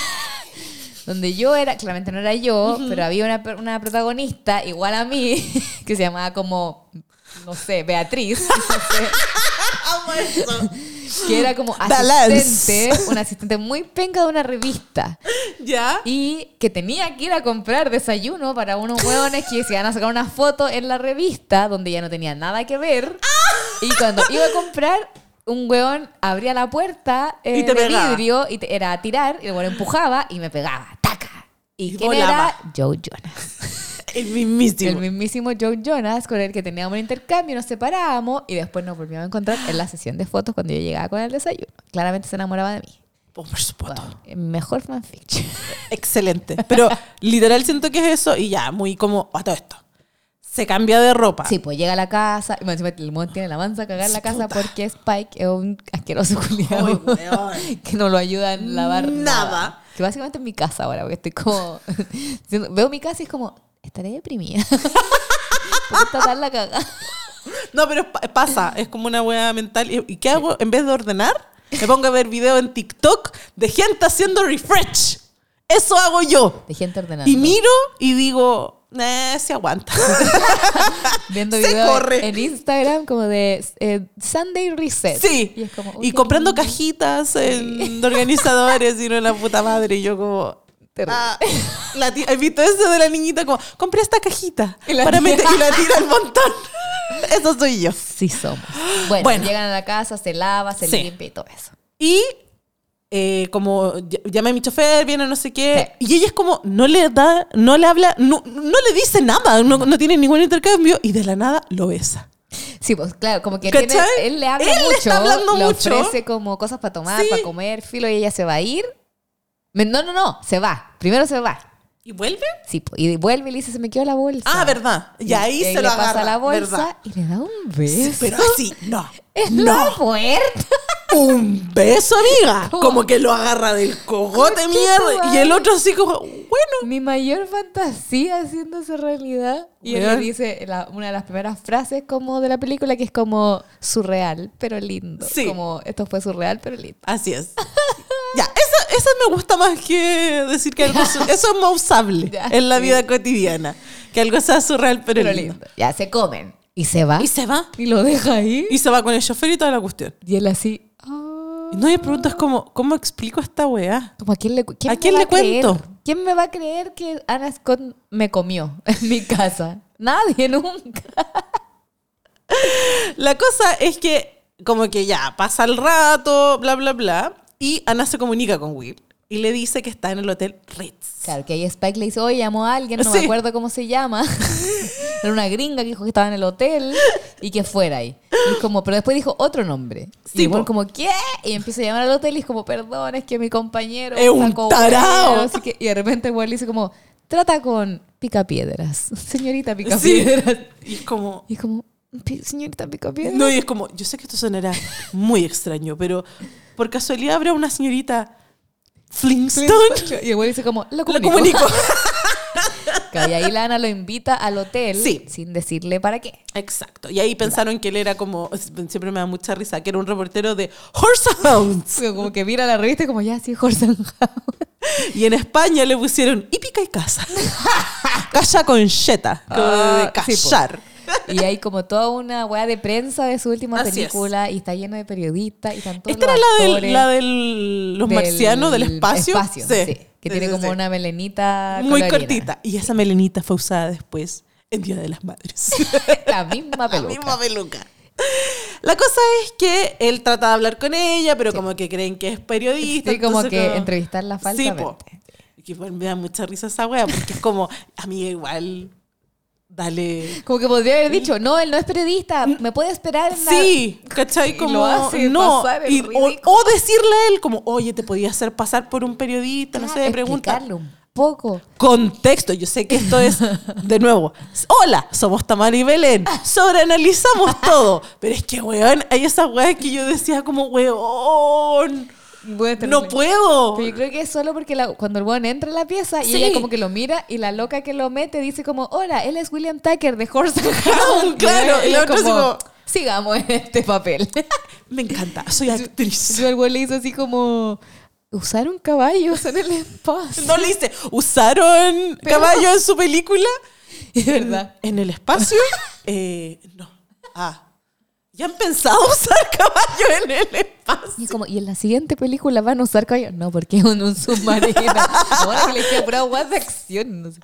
C: Donde yo era, claramente no era yo, pero había una, per- una protagonista igual a mí, que se llamaba como, no sé, Beatriz, no sé,
A: Amo eso.
C: que era como
A: Balance.
C: asistente, una asistente muy penca de una revista.
A: ¿Ya?
C: Y que tenía que ir a comprar desayuno para unos hueones que se iban a sacar una foto en la revista donde ya no tenía nada que ver. Y cuando iba a comprar, un hueón abría la puerta eh,
A: Y te
C: de
A: pegaba.
C: vidrio y te- era a tirar, y el hueón empujaba y me pegaba. ¡Taca! ¿Y,
A: Y
C: quién
A: volaba.
C: era? Joe Jonas.
A: El mismísimo.
C: El mismísimo Joe Jonas con el que teníamos un intercambio, nos separábamos y después nos volvíamos a encontrar en la sesión de fotos cuando yo llegaba con el desayuno. Claramente se enamoraba de mí.
A: Oh, por supuesto.
C: Wow, mejor fanfiction.
A: Excelente. Pero literal siento que es eso y ya, muy como, a todo esto. Se cambia de ropa.
C: Sí, pues llega a la casa y más encima el mon tiene la manza a cagar en la casa
A: Puta.
C: porque Spike es un asqueroso
A: Ay,
C: culiado
A: weón.
C: que no lo ayuda a lavar nada.
A: Nada.
C: Que básicamente es mi casa ahora, porque estoy como... siendo- veo mi casa y es como, estaré deprimida. Porque está tan la cagada.
A: No, pero pa- pasa, es como una wea mental. ¿Y y qué hago? En vez de ordenar, me pongo a ver videos en TikTok de gente haciendo refresh. Eso hago yo.
C: De gente ordenando.
A: Y miro y digo, eh, se aguanta.
C: Viendo
A: se
C: videos
A: corre.
C: en Instagram como de eh, Sunday Reset.
A: Sí.
C: Y, es como, uy,
A: Y
C: qué
A: comprando
C: lindo.
A: cajitas en de organizadores y no en la puta madre. Y yo como...
C: Terrible.
A: Ah, la tía- ¿has visto eso de la niñita? Como, compré esta cajita
C: Y la
A: para
C: tira.
A: meter y la tira al montón. Eso soy yo.
C: Sí somos. Bueno,
A: Bueno.
C: llegan a la casa, se lava, se
A: Sí.
C: limpia y todo eso.
A: Y eh, como ll- llamé a mi chofer, viene no sé qué. Y ella es como, no le da, no le habla, no, no le dice nada, no, no tiene ningún intercambio. Y de la nada lo besa.
C: Sí, pues claro, como que
A: ¿Cachai?
C: tiene, él le habla
A: Él le
C: mucho,
A: está hablando
C: le
A: mucho.
C: ofrece como cosas para tomar,
A: Sí.
C: para comer, filo, y ella se va a ir. Me- No, no, no, se va. Primero se va.
A: ¿Y vuelve?
C: Sí, po, y vuelve y le dice, se me quedó la bolsa.
A: Ah, verdad. Y ahí se
C: le
A: lo
C: pasa
A: agarra.
C: la bolsa
A: ¿verdad?
C: y le da un beso.
A: Sí, pero así, no.
C: En
A: no.
C: la puerta.
A: Un beso, amiga.
C: ¿Cómo?
A: Como que lo agarra del cogote,
C: Conche tu
A: mierda. Y el
C: madre.
A: otro así como, bueno.
C: Mi mayor fantasía haciéndose realidad. Y él
A: Weón.
C: le dice la- una de las primeras frases como de la película que es como surreal, pero lindo.
A: Sí.
C: Como esto fue surreal, pero lindo.
A: Así es. Ya, esa, esa me gusta más que decir que algo... su- Eso es más usable
C: Ya,
A: en la
C: sí.
A: vida cotidiana. Que algo sea surreal, pero,
C: Pero
A: lindo.
C: lindo. Ya se comen. Y se va.
A: Y se va.
C: Y lo deja ahí.
A: Y se va con el chofer y toda la cuestión.
C: Y él así. ah.
A: Y no hay preguntas como, ¿cómo explico esta weá?
C: Como, ¿a quién le, quién
A: ¿A
C: me
A: quién
C: va
A: le
C: creer?
A: cuento?
C: ¿Quién me va a creer que Anna Scott me comió en mi casa? Nadie nunca.
A: La cosa es que como que ya pasa el rato, bla, bla, bla. Y Ana se comunica con Will y le dice que está en el hotel Ritz.
C: Claro, que ahí Spike le dice, oye, llamó a alguien, no
A: Sí.
C: me acuerdo cómo se llama. Era una gringa que dijo que estaba en el hotel y que fuera ahí. Y es como, pero después dijo otro nombre.
A: Sí,
C: y igual
A: po.
C: como, ¿qué? Y empieza a llamar al hotel y es como, perdón, es que mi compañero
A: Es un
C: sacó
A: tarao.
C: huevo", así que- y de repente igual le dice como, trata con Picapiedras. Señorita Picapiedras.
A: Sí. Y es como...
C: Y es como, "Pi- señorita Picapiedras.
A: No, y es como, yo sé que esto sonará muy extraño, pero por casualidad habrá una señorita Flintstone.
C: Y igual dice como, lo
A: La
C: comunico.
A: comunico.
C: Claro, y ahí la Ana lo invita al hotel
A: Sí.
C: sin decirle para qué.
A: Exacto. Y ahí pensaron que él era como, siempre me da mucha risa, que era un reportero de Horse Hounds.
C: Como que mira la revista y como, ya, sí, Horse and Hound.
A: Y en España le pusieron hípica y casa. Calla con cheta, como de
C: Ah, sí, po.
A: callar.
C: Y hay como toda una weá de prensa de su última
A: Así
C: película y está lleno de periodistas y están todos
A: Esta
C: los
A: era la de
C: actores
A: la del, los
C: del
A: marcianos, del espacio.
C: espacio, sí, que
A: Sí,
C: tiene
A: sí,
C: como
A: sí.
C: una melenita
A: Muy
C: colorina.
A: cortita. Y esa melenita fue usada después en Día de las Madres.
C: La misma
A: La
C: peluca.
A: misma peluca. La cosa es que él trata de hablar con ella, pero
C: Sí.
A: como que creen que es periodista.
C: Sí, como
A: entonces
C: que entrevistarla
A: Sí,
C: falsamente.
A: po. Y que igual me da mucha risa esa wea, porque es como, amiga, igual, dale...
C: Como que podría haber dicho, no, él no es periodista, me puede esperar en la...
A: Sí, ¿cachai?
C: Y
A: Como,
C: lo hace
A: no,
C: pasar el
A: y- o,
C: ridículo.
A: o decirle a él como, oye, te podía hacer pasar por un periodista, no sé,
C: Claro,
A: pregunta.
C: explicarle un poco.
A: Contexto, yo sé que esto es, de nuevo, hola, somos Tamara y Belén, sobreanalizamos todo, pero es que, weón, hay esas weas que yo decía como, weón,
C: Bueno,
A: no
C: terrible.
A: puedo.
C: Pero yo creo que es solo porque la- cuando el weón entra a la pieza y
A: Sí.
C: ella como que lo mira y la loca que lo mete dice como, hola, él es William Tucker de Horse and Hound.
A: Claro, y
C: y
A: la
C: ella
A: otra así como-
C: sigamos en este papel.
A: Me encanta, soy actriz.
C: Yo el weón le hizo así como, usaron caballos en el espacio.
A: No le dice, ¿usaron
C: Pero-
A: caballo en su película?
C: Es verdad.
A: ¿En el espacio? Eh, no. Ah. ¿Ya han pensado usar caballo en el espacio?
C: Y como, ¿y en la siguiente película van a usar caballos? No, porque es un, un submarino. Ahora que le queda pura guas de acción. No sé.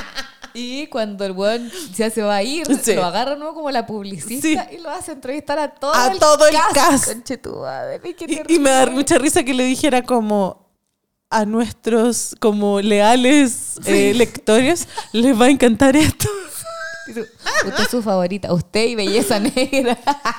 C: Y cuando el weón ya se va a ir,
A: Sí.
C: lo agarra nuevo como la publicista
A: Sí.
C: y lo hace entrevistar a todo
A: A
C: el
A: todo el
C: cast.
A: cast.
C: Conche tu madre, qué
A: Y, y me da
C: terrible.
A: mucha risa que le dijera como a nuestros como leales eh, lectores les va a encantar esto.
C: Y tú, usted es su favorita, usted y Belleza Negra.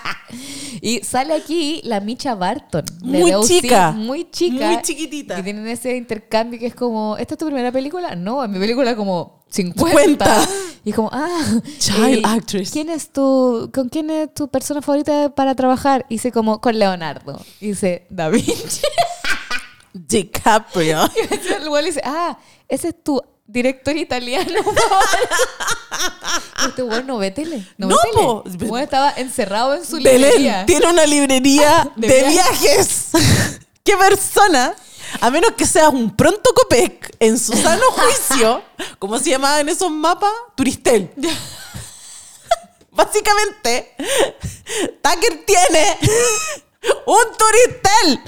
C: Y sale aquí la Micha Barton. de
A: Muy
C: The O C,
A: chica.
C: Muy chica.
A: Muy chiquitita.
C: Que tienen ese intercambio que es como, ¿esta es tu primera película? No, en mi película como cincuenta.
A: cincuenta.
C: Y como, ah.
A: Child actress.
C: ¿Quién es tu, ¿Con quién es tu persona favorita para trabajar? Y dice como, con Leonardo. Y dice, Da Vinci.
A: DiCaprio.
C: Y el güey le dice, ah, ese es tu director italiano. Y este güey no ve tele. No,
A: No,
C: ve tele.
A: po.
C: El güey estaba encerrado en su
A: Belén
C: librería.
A: tiene una librería
C: De
A: de, viajes. ¿Qué persona? A menos que seas un pronto Copec en su sano juicio, ¿cómo se llamaban esos mapas? Turistel. Básicamente, Tucker tiene un Turistel.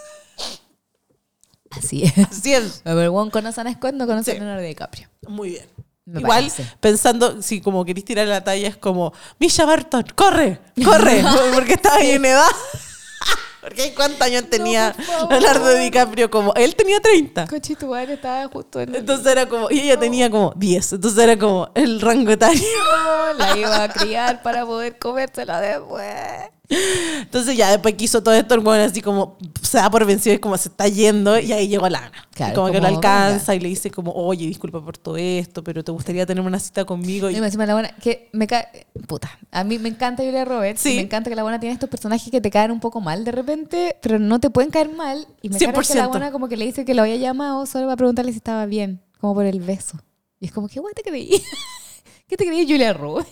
C: Así es.
A: Así es.
C: Pero el güey conoce a Ana Scott, no conoce
A: Sí.
C: a Leonardo DiCaprio.
A: Muy bien.
C: Me
A: Igual,
C: parece.
A: pensando, si como querés tirar la talla, es como, Misha Barton, corre, corre, porque estaba ahí en edad. Porque ¿cuántos años tenía
C: por favor.
A: Leonardo DiCaprio? Como, él tenía treinta.
C: Conchito madre estaba justo en el...
A: Entonces era como, y ella tenía como diez. Entonces era como el rango etario.
C: No, la iba a criar para poder comérsela después.
A: Entonces ya después que hizo todo esto, el weón así como se da por vencido, es como se está yendo, y ahí llegó Lana.
C: Claro,
A: y como, que
C: como,
A: lo alcanza
C: venga.
A: y le dice como, oye, disculpa por todo esto, pero te gustaría tener una cita conmigo.
C: Y
A: Y,
C: me encima la buena, que me cae, puta, a mí me encanta Julia Roberts,
A: Sí.
C: y me encanta que la buena tiene estos personajes que te caen un poco mal de repente, pero no te pueden caer mal, y me
A: cien
C: cae
A: por
C: que la
A: ciento.
C: buena como que le dice que lo había llamado solo para preguntarle si estaba bien, como por el beso. Y es como, ¿qué guay te creí? ¿Qué te creí, Julia Roberts?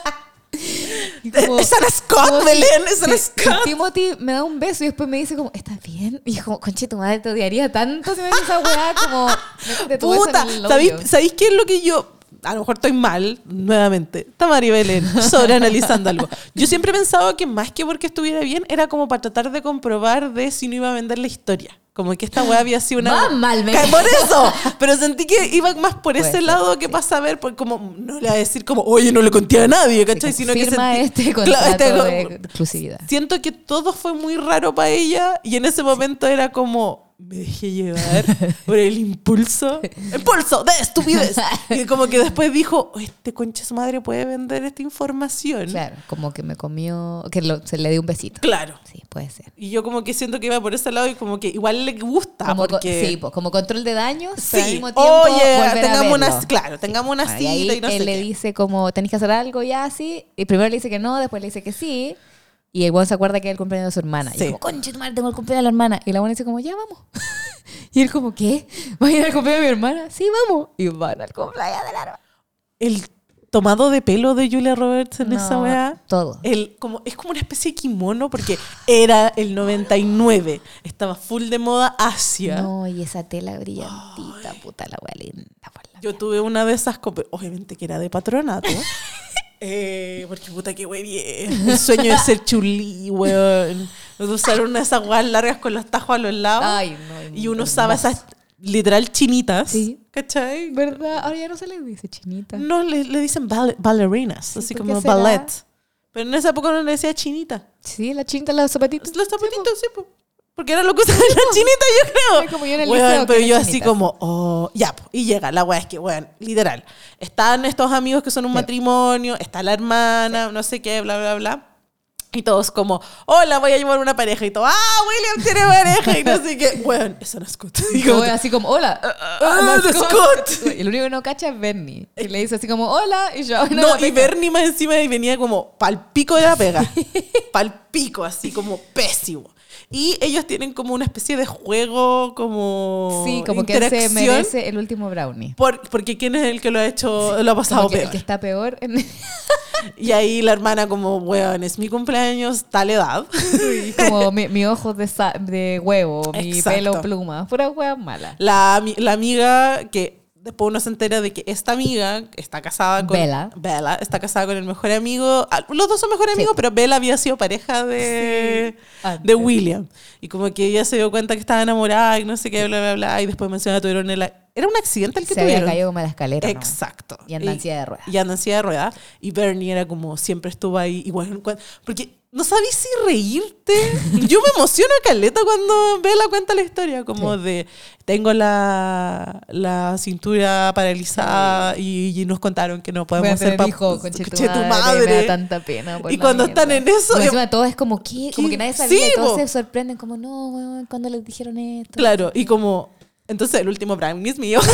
C: Y como-
A: es Ana Scott,
C: como si-
A: Belén, es Ana
C: si- si
A: Scott.
C: Timothy me da un beso y después me dice como, ¿estás bien? Y yo como, conche, tu madre te odiaría tanto si me dices esa weá, como, métete tu beso
A: Puta,
C: en el
A: ¿sabéis,
C: hoyo.
A: ¿sabéis qué es lo que yo... A lo mejor estoy mal, nuevamente. Tamara y Belén, sobreanalizando algo. Yo siempre he pensado que más que porque estuviera bien, era como para tratar de comprobar de si no iba a vender la historia. Como que esta weá había sido una...
C: Más mal me
A: Ca-
C: cae.
A: Por eso. Pero sentí que iba más por
C: Puede
A: ese
C: ser,
A: lado que pasa a ver, porque como no le va a decir como, oye, no le conté a nadie, ¿cachai?
C: Sí,
A: Sino que
C: firma
A: sentí-
C: este
A: Claro,
C: contrato
A: este-
C: de exclusividad.
A: Siento que todo fue muy raro para ella y en ese momento era como, me dejé llevar por el impulso. ¡Impulso de estupidez! Y como que después dijo, "Oh, este concha su madre puede vender esta información.
C: Claro, como que me comió, que lo- se le dio un besito.
A: Claro.
C: Sí, puede ser.
A: Y yo como que siento que iba por ese lado y como que igual le gusta.
C: Como, co-
A: porque...
C: sí, po, como control de daños, pero al
A: Sí,
C: mismo tiempo
A: oye,
C: volver a
A: tengamos una,
C: verlo.
A: claro, tengamos una
C: Ah,
A: cita
C: y ahí
A: y no
C: él
A: sé
C: le
A: qué.
C: dice como, tenés que hacer algo ya así. Y primero le dice que no, después le dice que sí. Y el weón se acuerda que es el cumpleaños de su hermana. Y
A: Sí.
C: es como, conche tu madre, tengo el cumpleaños de la hermana. Y la buena dice como, ya vamos. Y él como, ¿qué? ¿Vas a ir al cumpleaños de mi hermana? Sí, vamos. Y van al cumpleaños de la hermana.
A: El tomado de pelo de Julia Roberts en
C: No,
A: esa weá.
C: todo.
A: El, como, es como una especie de kimono porque era el noventa y nueve. Estaba full de moda Asia.
C: No, y esa tela brillantita, puta la wea linda. Por la
A: Yo tuve una de esas, cope- obviamente que era de patronato. eh, porque puta que wey bien. El sueño de ser chulí, weón. De usar una de esas weas largas con los tajos a los lados.
C: Ay, no,
A: y uno
C: hermoso.
A: usaba esas literal chinitas.
C: Sí.
A: ¿Cachai?
C: ¿Verdad? Ahora ya no se le dice chinita.
A: No, le, le dicen ball- ballerinas, así
C: ¿por qué
A: como
C: será?
A: ballet. Pero en esa época no le decía chinita.
C: Sí, la chinita, los zapatitos.
A: Los zapatitos, sí, po. Porque era lo que usaban las chinitas, yo creo.
C: Era como yo en el
A: Weón,
C: liceo, que
A: pero
C: eran
A: yo así
C: chinitas.
A: como, oh, ya, po. Y llega, la weá es que, weón, literal. Están estos amigos que son un
C: Sí.
A: matrimonio, está la hermana, no sé qué, bla, bla, bla. Y todos como, hola, voy a llevar una pareja. Y todo, ah, William tiene pareja. Y no sé qué. Weón, eso no es Scott.
C: Y como así como, hola.
A: ah,
C: Hola,
A: de Scott.
C: Y el único que no cacha es Bernie. Y le dice así como, hola. Y yo,
A: No, y Bernie más encima y venía como pal pico de la pega. Pal pico, así como pésimo. Y ellos tienen como una especie de juego, como
C: Sí, como que él se
A: interacción,
C: merece el último brownie.
A: por- porque quién es el que lo ha hecho, lo ha pasado
C: Como que el
A: peor.
C: que está peor. En...
A: Y ahí la hermana como, weón, es mi cumpleaños, tal edad.
C: como mi, mi ojos de, sa- de huevo, mi
A: Exacto.
C: pelo pluma. Pura hueá mala.
A: La, ami- la amiga que después uno se entera de que esta amiga está casada con...
C: Bella.
A: Bella está casada con el mejor amigo. ah, Los dos son mejores
C: Sí.
A: amigos, pero Bella había sido pareja de,
C: Sí, antes.
A: de William. Y como que ella se dio cuenta que estaba enamorada y no sé qué, bla, bla, bla. Y después menciona tuvieron el... Era un accidente el que
C: Se había
A: tuvieron.
C: caído como a la escalera. ¿no?
A: Exacto.
C: Y anda en silla de ruedas.
A: Y anda en silla de ruedas. Y Bernie era como, siempre estuvo ahí. Y bueno, cuan- porque no sabes si reírte. Yo me emociono caleta cuando Bella cuenta la historia. Como
C: Sí.
A: de, tengo la, la cintura paralizada y, y nos contaron que no
C: Voy a
A: podemos ser
C: tener hijo,
A: papás.
C: conche tu madre, me da tanta pena. por
A: Y
C: la
A: cuando
C: mierda.
A: están en eso,
C: Y
A: yo-
C: encima todo es como, ¿qué? Como
A: ¿Qué?
C: que nadie sabía.
A: Sí,
C: y todos
A: po.
C: se sorprenden como, no, weón, cuando les dijeron esto.
A: Claro, y como... Entonces el último brownie es mío.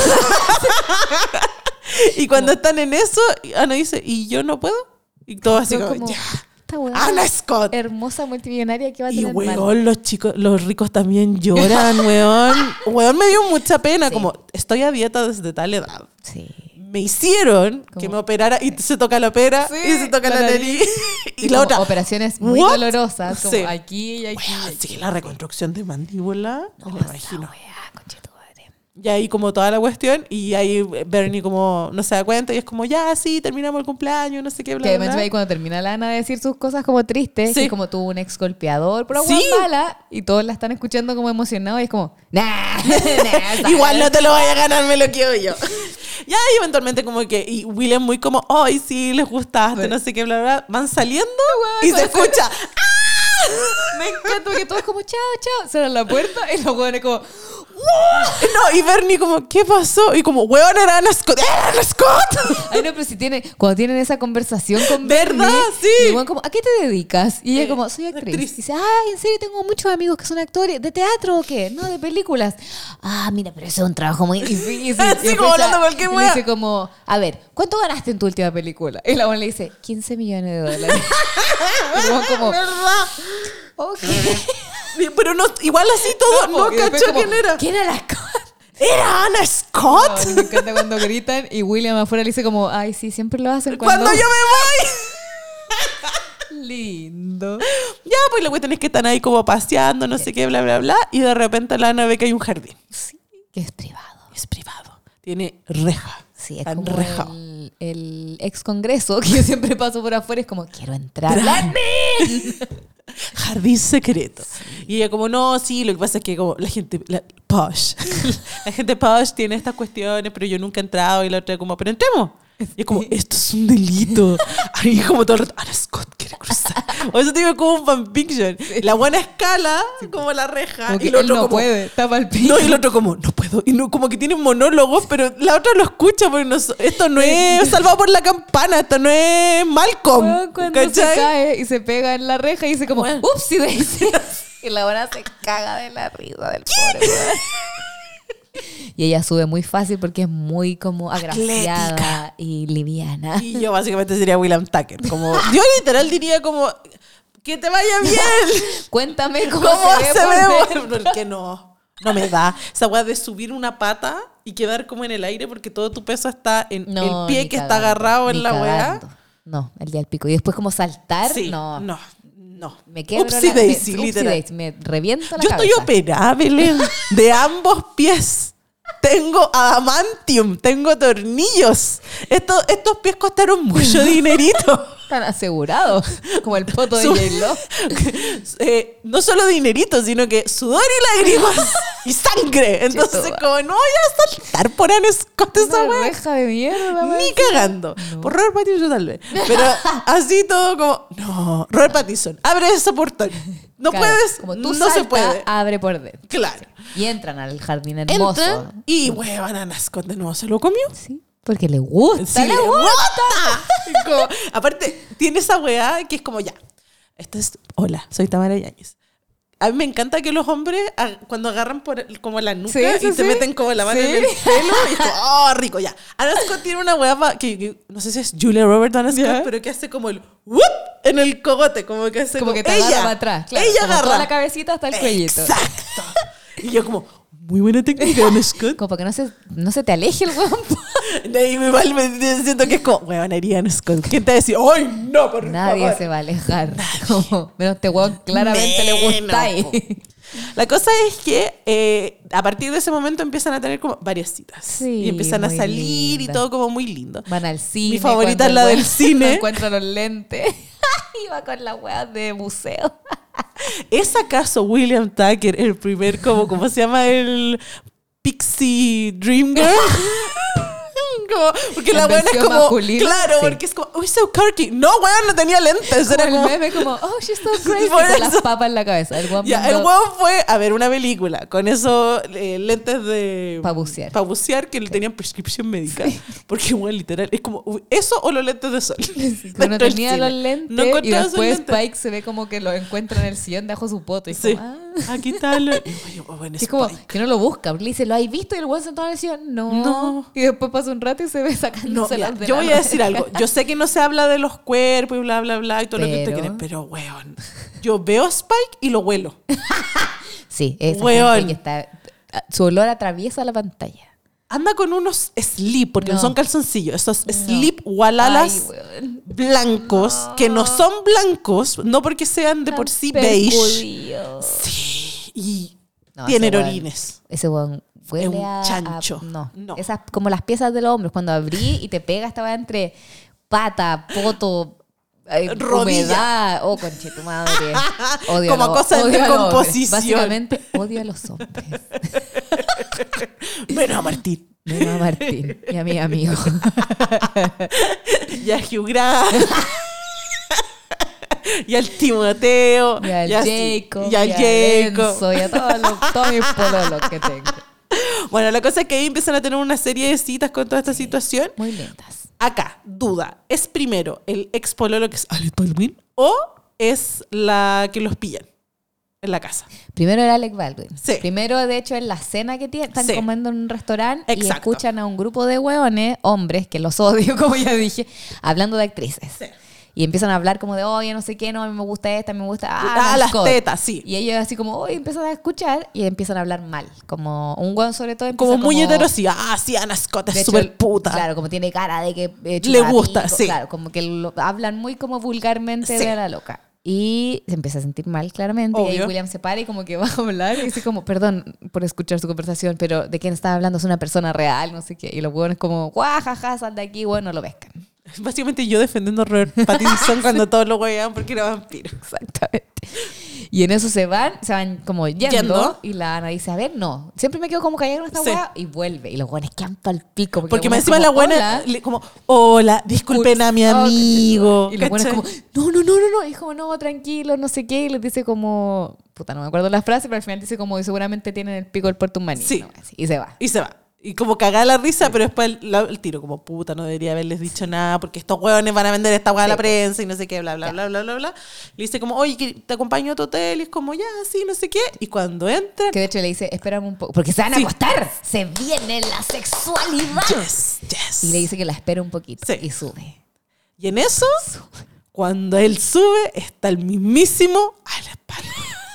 A: Y cuando están en eso, Ana dice, ¿y yo no puedo? Y todo así
C: Yo
A: como,
C: como,
A: ya.
C: esta weón,
A: Ana Scott.
C: hermosa multimillonaria que va a
A: Y
C: tener mal.
A: weón, los chicos, los ricos también lloran, weón. Weón me dio mucha pena,
C: Sí.
A: como estoy a dieta desde tal edad.
C: Sí.
A: Me hicieron
C: Como-
A: que me operara y se toca la pera
C: Sí,
A: y se toca la,
C: la
A: nariz.
C: nariz.
A: y la
C: como
A: otra.
C: operaciones muy
A: What?
C: dolorosas, como
A: Sí.
C: aquí y aquí.
A: Weón,
C: y aquí.
A: sí, la reconstrucción de mandíbula, no me
C: Esa
A: imagino.
C: weá, conche tu madre.
A: Y ahí como toda la cuestión, y ahí Bernie como no se da cuenta y es como, ya, sí, terminamos el cumpleaños, no sé qué, bla,
C: Que
A: bla,
C: además
A: bla.
C: ahí cuando termina Lana de decir sus cosas como tristes,
A: Sí.
C: que es como tuvo un ex golpeador, pero
A: Sí.
C: sí. mala, y todos la están escuchando como emocionados y es como, nah, nah,
A: Igual no te lo vaya a ganar, me lo quiero yo. Ya, y eventualmente como que, y William muy como, ay, sí, les gustaste,
C: Sí.
A: no sé qué, bla, bla, bla. Van saliendo
C: Weón,
A: y
C: con
A: se
C: ese-
A: escucha, ¡ah!
C: Me encanta porque todos como, chao, chao. Cerran la puerta y los hueones como,
A: No, y Bernie como, ¿qué pasó? Y como, weón, era Ana Scott. ¡Era Ana Scott!
C: ay, no, pero si tienen, cuando tienen esa conversación con
A: ¿Verdad?
C: Bernie,
A: Sí.
C: y el hueón como, ¿a qué te dedicas? Y ella
A: Eh,
C: como, soy actriz.
A: actriz.
C: Y dice, ay, ¿en serio? Tengo muchos amigos que son actores. ¿De teatro o qué? No, de películas. Ah, mira, pero eso es un trabajo muy difícil.
A: Así
C: Y
A: como
C: empieza-
A: hablando cualquier
C: y
A: wea.
C: dice como, a ver, ¿cuánto ganaste en tu última película? Y la hueón le dice, quince millones de dólares. Y el hueón como,
A: ¿Verdad?
C: ok.
A: Pero no, igual así todo, no,
C: Y después
A: cachó
C: como,
A: quién era.
C: ¿Quién era la Scott?
A: ¿Era Ana Scott?
C: No, me encanta cuando gritan y William afuera le dice como, ay, sí, siempre lo hacen cuando...
A: Cuando yo me voy.
C: Lindo.
A: Ya, pues la cuestión es que están ahí como paseando, no sé qué, bla, bla, bla. Y de repente la Ana ve que hay un jardín.
C: Sí, que es privado.
A: Es privado. Tiene reja.
C: Sí, es
A: Está
C: como
A: enrejado.
C: el, el ex congreso que yo siempre paso por afuera, es como, quiero entrar.
A: Jardín secreto. Y ella como, no, sí, lo que pasa es que como la gente, la, posh, la gente posh tiene estas cuestiones, pero yo nunca he entrado. Y la otra como, pero entremos. Y es como, esto es un delito. Ahí como todo el rato, Ana Scott quiere cruzar. O eso tiene como un fanfiction. La buena escala, como la reja.
C: Como que
A: y el
C: él
A: otro
C: no
A: como,
C: puede, tapa el piso.
A: no, y el otro como, no puedo. Y no, como que tiene monólogos, pero la otra lo escucha, porque no, esto no es Salvado por la Campana, esto no es Malcolm.
C: Bueno, cuando se
A: ¿cachai?
C: cae y se pega en la reja y dice como,
A: Bueno.
C: upsi daisy. Y la buena se caga de la risa del pobre weón. Y ella sube muy fácil porque es muy como agraciada
A: Atlética.
C: y liviana.
A: Y yo básicamente sería William Tucker. Como, yo literal diría como, que te vaya bien.
C: Cuéntame cómo,
A: ¿Cómo
C: se ve
A: se
C: por
A: ve?
C: dentro.
A: Porque no, no me da. Esa weá de subir una pata y quedar como en el aire porque todo tu peso está en
C: No,
A: el pie
C: ni
A: que está
C: cagando,
A: agarrado en
C: ni
A: la weá.
C: cagando. No, el día del pico. Y después como saltar,
A: Sí,
C: no.
A: no, no.
C: Me quebro
A: Upsi
C: la,
A: daisy,
C: me,
A: literal.
C: upsi daisy, me reviento la
A: Yo
C: cabeza.
A: estoy operada, Belén, de ambos pies. Tengo adamantium, tengo tornillos. Estos, estos pies costaron mucho dinerito.
C: Están asegurados, como el poto de
A: Su-
C: J-Lo.
A: eh, no solo dinerito, sino que sudor y lágrimas y sangre. Entonces,
C: Cheto,
A: como no voy a saltar por Ana Scott esa
C: Una
A: weá.
C: reja de mierda, weón.
A: Ni cagando. Por Robert Pattinson tal vez. Pero así todo como, no, Robert Pattinson, abre ese portón. No
C: Claro,
A: puedes,
C: como tú
A: no se
C: salta,
A: puede.
C: abre por dentro.
A: Claro.
C: Y entran al jardín hermoso.
A: Entran y huevan Ana Scott de nuevo. ¿Se lo comió?
C: Sí, porque le gusta.
A: Sí,
C: le
A: le
C: gusta.
A: gusta. Como- aparte, tiene esa weá que es como ya. Esto es, hola, soy Tamara Yáñez. A mí me encanta que los hombres, a- cuando agarran por el- como la nuca
C: Sí, sí,
A: y te
C: sí.
A: meten como la mano
C: Sí.
A: en el pelo, y es como, oh, rico, ya. Ana Scott tiene una weá pa- que, que no sé si es Julia Roberts Ana Scott,
C: Ya.
A: pero que hace como el whoop en el cogote, como que hace
C: Como que te
A: ella,
C: agarra para atrás. Claro,
A: ella
C: como
A: agarra.
C: toda la cabecita hasta el cuellito.
A: Exacto. Y yo como, muy buena técnica, Ana Scott.
C: Como para que no se, no se te aleje el weón.
A: De ahí igual me siento que es como, weón, haría Ana Scott. ¿Quién te va a decir, ay, no, por
C: Nadie
A: favor?
C: se va a alejar. Como, menos este weón claramente le
A: Menos,
C: gustáis.
A: po. La cosa es que eh, a partir de ese momento empiezan a tener como varias citas.
C: Sí,
A: y empiezan a
C: muy
A: salir
C: linda.
A: y todo como muy lindo.
C: Van al cine.
A: Mi favorita
C: cuando
A: es la
C: el
A: del
C: weón
A: cine.
C: No encuentra los lentes. Y va con la weá de buceo.
A: ¿Es acaso William Tucker el primer, como, ¿cómo se llama? El Pixie Dream Girl. Como, porque
C: En
A: la buena es
C: versión
A: como,
C: masculina,
A: claro,
C: sí.
A: porque es como, oh, so quirky. No, weón, no tenía lentes. Era
C: Como
A: como,
C: el meme como, oh, she's so crazy.
A: Por
C: Con las
A: eso.
C: papas en la cabeza. El weón
A: ya, el
C: viendo-
A: huevo fue a ver una película con esos eh, lentes de...
C: Pa' bucear.
A: Pa' bucear que le tenían prescripción médica. Porque, bueno, literal, es como uy, eso o los lentes de sol.
C: Que no
A: Dentro del
C: tenía
A: cine.
C: los lentes
A: No
C: y
A: encontraba sus
C: después
A: lentes.
C: Spike se ve como que lo encuentra en el sillón debajo de su poto. Y es
A: Sí.
C: como, ah.
A: Aquí está lo... Y yo, bueno,
C: Sí, es como
A: Spike.
C: que no lo busca. Porque le dice, ¿lo has visto? Y el weón sentado en el sillón, no.
A: No.
C: Y después pasa un rato y se ve
A: No,
C: sacándose
A: mira,
C: las de
A: yo
C: la
A: voy a decir
C: oreja.
A: algo. Yo sé que no se habla de los cuerpos y bla, bla, bla y todo lo que usted
C: Pero-
A: quiere, pero, weón, yo veo a Spike y lo huelo.
C: Sí, esa
A: Weón.
C: gente que está... Su olor atraviesa la pantalla.
A: Anda con unos slip, porque no,
C: No.
A: son calzoncillos, esos slip walalas
C: Ay, weón.
A: blancos, que no son blancos, no porque sean de por sí beige.
C: Perjudíos.
A: Sí, y
C: No,
A: tienen
C: ese weón-
A: orines.
C: Ese weón huele
A: Es un
C: a- a-
A: chancho.
C: no.
A: No.
C: Esas como las piezas de los hombros. Cuando abrí y te pega estaba entre pata, poto, eh,
A: Rodilla.
C: humedad. Oh, conche tu madre. Odio
A: Como
C: a los-
A: cosa de
C: odio a los hombres.
A: decomposición.
C: Básicamente, odio a los hombres.
A: Bueno, Martín.
C: Menos a Martín y a mi amigo.
A: Y a Hugh Grant. y al Timoteo.
C: Y al
A: y así,
C: Jacob.
A: Y al
C: y
A: Jacob.
C: Enzo, y a todos, los, todos mis pololos que tengo.
A: Bueno, la cosa es que ahí empiezan a tener una serie de citas con toda esta situación.
C: Muy lindas.
A: Acá, duda. ¿Es primero el ex pololo que es Alec Baldwin o es la que los pillan en la casa?
C: Primero era Alec Baldwin.
A: Sí.
C: Primero, de hecho, en la cena que tienen, están
A: Sí.
C: comiendo en un restaurante y
A: Exacto.
C: escuchan a un grupo de hueones, hombres, que los odio, como ya dije, hablando de actrices.
A: Sí.
C: Y empiezan a hablar como de, oye, no sé qué, no, a mí me gusta esta, a mí me gusta... Ah,
A: Ah,
C: Ana
A: las
C: Scott.
A: tetas, sí.
C: Y ellos así como, oye, empiezan a escuchar y empiezan a hablar mal. Como un hueón sobre todo empieza
A: Como muy hetero, sí. Ah, sí, Ana Scott
C: de
A: es
C: hecho,
A: súper puta.
C: Claro, como tiene cara de que... eh,
A: Le
C: chupa
A: gusta,
C: pico,
A: sí.
C: Claro, como que lo- hablan muy como vulgarmente
A: Sí.
C: de la loca. Y se empieza a sentir mal, claramente. Y
A: Obvio.
C: ahí William se para y como que va a hablar. Y dice como, perdón por escuchar su conversación, pero ¿de quién estaba hablando? Es una persona real, no sé qué. Y los hueones como, guajaja, sal de aquí, bueno, lo pescan.
A: Básicamente yo defendiendo a Robert Pattinson cuando todos lo hueveaban porque era vampiro.
C: Exactamente. Y en eso se van, se van como yendo,
A: Yendo.
C: y la Ana dice, a ver, no. Siempre me quedo como callada con esta
A: Sí.
C: hueá y vuelve. Y los buenos quedan pa'l pico.
A: Porque
C: los
A: más
C: buenos
A: encima la
C: como,
A: buena,
C: "Hola".
A: le- como, hola, disculpen a mi
C: Oh,
A: amigo.
C: Y los buenos
A: ¿cachai?
C: como, no, no, no, no, no. Y es como, no, tranquilo, no sé qué. Y les dice como, puta, no me acuerdo la frase, pero al final dice como, y seguramente tienen el pico del puerto un maní.
A: Sí.
C: ¿no? Así, y se va.
A: Y se va. Y como cagada la risa, pero después el, la- el tiro, como puta, no debería haberles dicho nada porque estos hueones van a vender esta hueá a la
C: Sí, pues.
A: prensa y no sé qué, bla, bla,
C: Ya.
A: bla, bla, bla, bla. Le dice como, oye, que te acompaño a tu hotel. Y es como, ya, sí, no sé qué. Y cuando entran,
C: Que de hecho le dice, espérame un poco, porque se van a
A: Sí.
C: acostar. Se viene la sexualidad.
A: yes, yes.
C: Y le dice que la espera un poquito.
A: Sí.
C: Y sube.
A: Y en eso, cuando él sube, está el mismísimo Alec Baldwin.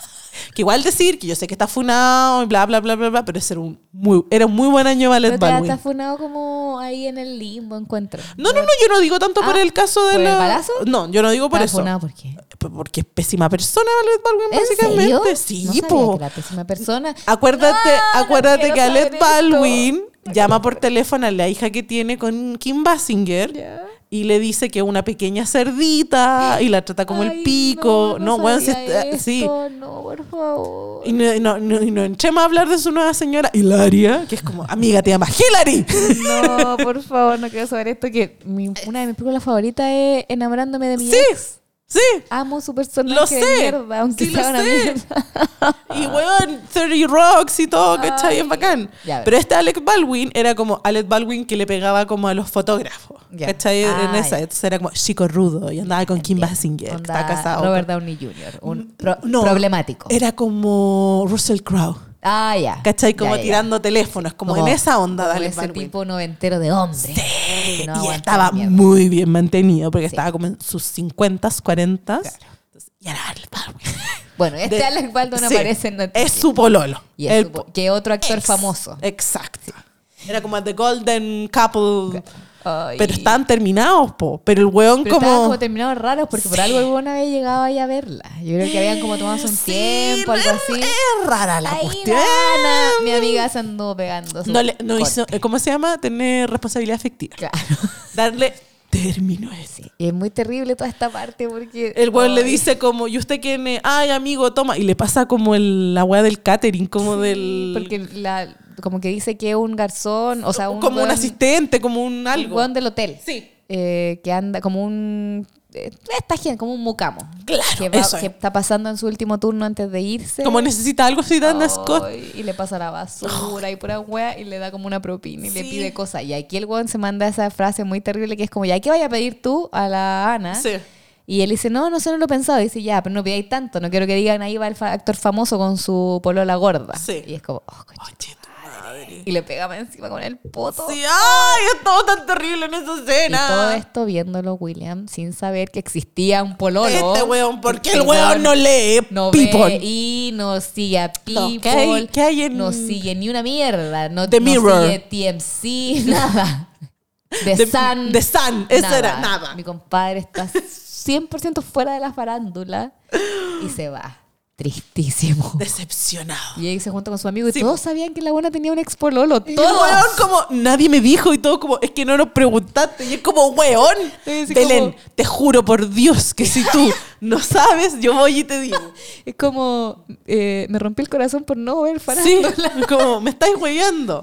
A: Que igual decir que yo sé que está funado y bla, bla, bla, bla, bla, pero ese era un muy, era un muy buen año Alec
C: Pero te
A: Baldwin.
C: está funado como ahí en el limbo, encuentro.
A: No, no, no, yo no digo tanto por
C: Ah,
A: el caso de
C: ¿por
A: la...
C: el balazo?
A: No, yo no digo por
C: Está
A: eso.
C: funado, ¿por qué?
A: P- Porque es pésima persona Alec Baldwin,
C: ¿En
A: básicamente.
C: serio?
A: Sí,
C: no sabía
A: po.
C: que era pésima persona.
A: Acuérdate,
C: Ah, no
A: acuérdate
C: quiero
A: que
C: saber
A: Alec
C: esto.
A: Baldwin llama por teléfono a la hija que tiene con Kim Basinger
C: Ya.
A: y le dice que es una pequeña cerdita y la trata como
C: Ay,
A: el pico.
C: No, no,
A: No, weón, si
C: sabía
A: está- sí.
C: esto, no, por favor.
A: Y no, no, no, y no entremos a hablar de su nueva señora, Hilaria, que es como, amiga, te llamas Hillary.
C: No, por favor, no quiero saber esto. Que mi- una de mis películas favoritas es Enamorándome de mi
A: Sí,
C: ex.
A: sí.
C: Amo su personaje
A: Lo
C: de
A: sé.
C: mierda, aunque
A: Sí,
C: sea
A: lo
C: una
A: sé.
C: mierda.
A: Y weón, thirty Rocks y todo, ¿cachai?
C: Ay.
A: Es bacán.
C: Ya,
A: Pero este Alec Baldwin era como Alec Baldwin que le pegaba como a los fotógrafos.
C: Ya.
A: ¿Cachai?
C: Ah,
A: en esa.
C: ya.
A: Entonces era como chico rudo y andaba con Kim
C: Entiendo.
A: Basinger, que
C: Onda
A: estaba casado.
C: Robert
A: con-
C: Downey junior Un pro-
A: No,
C: problemático.
A: Era como Russell Crowe.
C: Ah, ya.
A: ¿Cachai? Como
C: Ya, ya, ya.
A: tirando teléfonos, como, en esa onda de
C: como
A: Alec
C: ese
A: Baldwin.
C: tipo noventero de hombre.
A: Sí,
C: que no
A: y
C: aguanta
A: estaba
C: la mierda.
A: muy bien mantenido porque
C: Sí.
A: estaba como en sus cincuenta, cuarenta.
C: Claro.
A: Y era Alec Baldwin.
C: Bueno, este
A: De-
C: Alec Baldwin
A: sí,
C: aparece en nuestra
A: es su pololo.
C: Y es
A: El
C: su
A: po-
C: po- que otro actor
A: ex.
C: famoso.
A: Exacto. Era como The Golden Couple.
C: Ay.
A: Pero estaban terminados, po. Pero el weón
C: Pero
A: como...
C: estaban como terminados raros porque por
A: Sí.
C: algo alguna vez llegaba ahí a verla. Yo creo que habían como tomado un
A: Sí,
C: tiempo, algo
A: es-
C: así.
A: Es rara la
C: Ahí
A: cuestión.
C: la Ana, mi amiga se andó pegando. su
A: No, le, no
C: corte.
A: hizo... ¿Cómo se llama? Tener responsabilidad afectiva.
C: Claro.
A: Darle término a eso.
C: Y es muy terrible toda esta parte porque...
A: El weón le
C: ay,
A: dice como, ¿y usted quién es? Ay, amigo, toma. Y le pasa como el, la weá del catering, como del...
C: Porque la, como que dice que es un garzón, o sea, un
A: como un
C: weón-
A: asistente, como un
C: un
A: algo.
C: weón del hotel.
A: Sí.
C: eh, que anda como un... eh, Esta gente, como un mucamo.
A: Claro,
C: que, va-
A: eso es.
C: que está pasando en su último turno antes de irse.
A: Como necesita algo así de Ana Scott.
C: Ay, y le pasa la basura y pura wea y le da como una propina y le
A: Sí.
C: pide cosas. Y aquí el weón se manda esa frase muy terrible que es como, ¿ya qué vaya a pedir tú a la Ana?
A: Sí.
C: Y él dice, no, no sé, no lo he pensado. Y dice, ya, pero no pidáis tanto. No quiero que digan, ahí va el fa- actor famoso con su polola gorda.
A: Sí.
C: Y es como, oh, coño.
A: Oye, tu madre.
C: Y le pega más encima con el poto.
A: Sí, ay, es todo tan terrible en esa
C: Y
A: escena.
C: todo esto viéndolo William sin saber que existía un pololo.
A: Este weón, porque el weón no lee
C: no
A: People.
C: ve y no sigue a People.
A: No, ¿qué hay- qué hay en-
C: No sigue ni una mierda. No,
A: The
C: no
A: Mirror?
C: sigue T M C, nada. The,
A: The-
C: Sun.
A: The Sun, eso era, nada.
C: Mi compadre está cien por ciento fuera de la farándula y se va. Tristísimo.
A: Decepcionado.
C: Y ahí se junta con su amigo y
A: Sí.
C: todos sabían que la buena tenía un ex pololo.
A: Y el
C: Todos.
A: weón como, nadie me dijo y todo como, es que no nos preguntaste. Y es como, weón,
C: Sí, sí,
A: Belén,
C: como-
A: te juro por Dios que si tú no sabes, yo voy y te digo.
C: Es como, eh, me rompí el corazón por no ver
A: Sí,
C: farándula.
A: como, me estáis hueveando.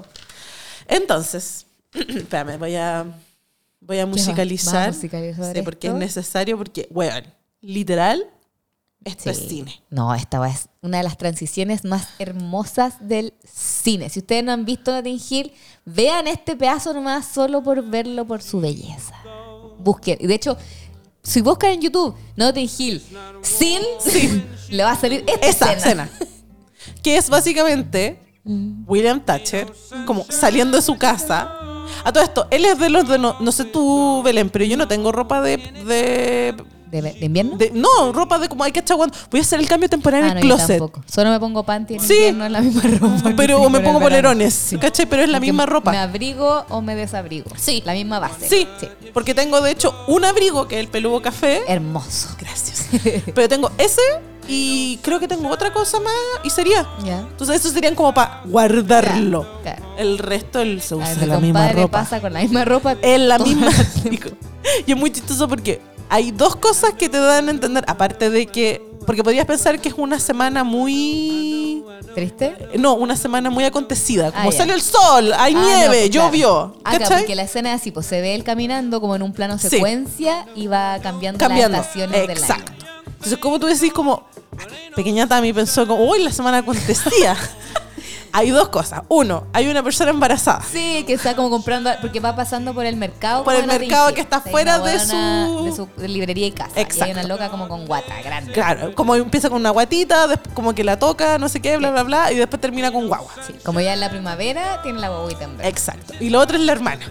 A: Entonces, espérame, voy a, voy a musicalizar.
C: Vamos a musicalizar
A: Sí, porque es
C: esto.
A: necesario, porque, weón, literal, esto es
C: Sí.
A: cine.
C: No, esta es una de las transiciones más hermosas del cine. Si ustedes no han visto Notting Hill, vean este pedazo nomás solo por verlo por su belleza. Busquen. Y de hecho, si buscan en YouTube Notting Hill sin, le va a salir esta
A: Esa
C: escena.
A: escena. Que es básicamente William Thatcher como saliendo de su casa. A todo esto, él es de los de, no, no sé tú, Belén, pero yo no tengo ropa de... de
C: ¿De, de invierno?
A: De- no, ropa de como hay que chaguando. Voy a hacer el cambio temporal
C: Ah,
A: en
C: no,
A: el
C: yo
A: closet.
C: tampoco. Solo me pongo panty en
A: Sí.
C: invierno, es la misma ropa. que
A: Pero
C: tengo
A: me
C: en
A: pongo
C: el verano.
A: polerones,
C: Sí.
A: ¿cachai? Pero es la
C: Porque
A: misma ropa.
C: ¿Me abrigo o me desabrigo?
A: Sí.
C: La misma base.
A: Sí, porque tengo de hecho un abrigo que es el peludo café.
C: Hermoso.
A: Gracias. Pero tengo ese y creo que tengo otra cosa más y sería.
C: Ya.
A: Entonces esos serían como para guardarlo.
C: Claro.
A: El resto él se
C: A
A: usa
C: mi
A: la misma
C: compadre
A: ropa.
C: pasa con la misma ropa.
A: Es la
C: todo
A: misma.
C: el tiempo.
A: Y es muy chistoso porque hay dos cosas que te dan a entender, aparte de que, porque podrías pensar que es una semana muy,
C: ¿Triste?
A: no, una semana muy acontecida, como
C: Ah, ya.
A: salió el sol, hay
C: Ah, no,
A: nieve,
C: pues, claro.
A: llovió,
C: Acá,
A: ¿cachai?
C: porque la escena es así, pues se ve él caminando como en un plano
A: Sí.
C: secuencia y va cambiando,
A: Cambiando,
C: las estaciones
A: exacto.
C: del año.
A: Entonces, como tú decís, como, pequeña Tami pensó como, uy, la semana acontecía. Hay dos cosas. Uno, hay una persona embarazada.
C: Sí, que está como comprando, porque va pasando por el mercado.
A: Por
C: como
A: el
C: de Notting
A: mercado
C: Hill.
A: que está
C: Hay
A: fuera
C: una
A: de
C: huevona
A: su-
C: de su de librería y casa. Y hay
A: Exacto.
C: una loca como con guata, grande.
A: Claro, como empieza con una guatita, después como que la toca, no sé qué, bla, bla, bla, y después termina con guagua.
C: Sí, como ya en la primavera, tiene la guaguita en verde.
A: Exacto. Y lo otro es la hermana.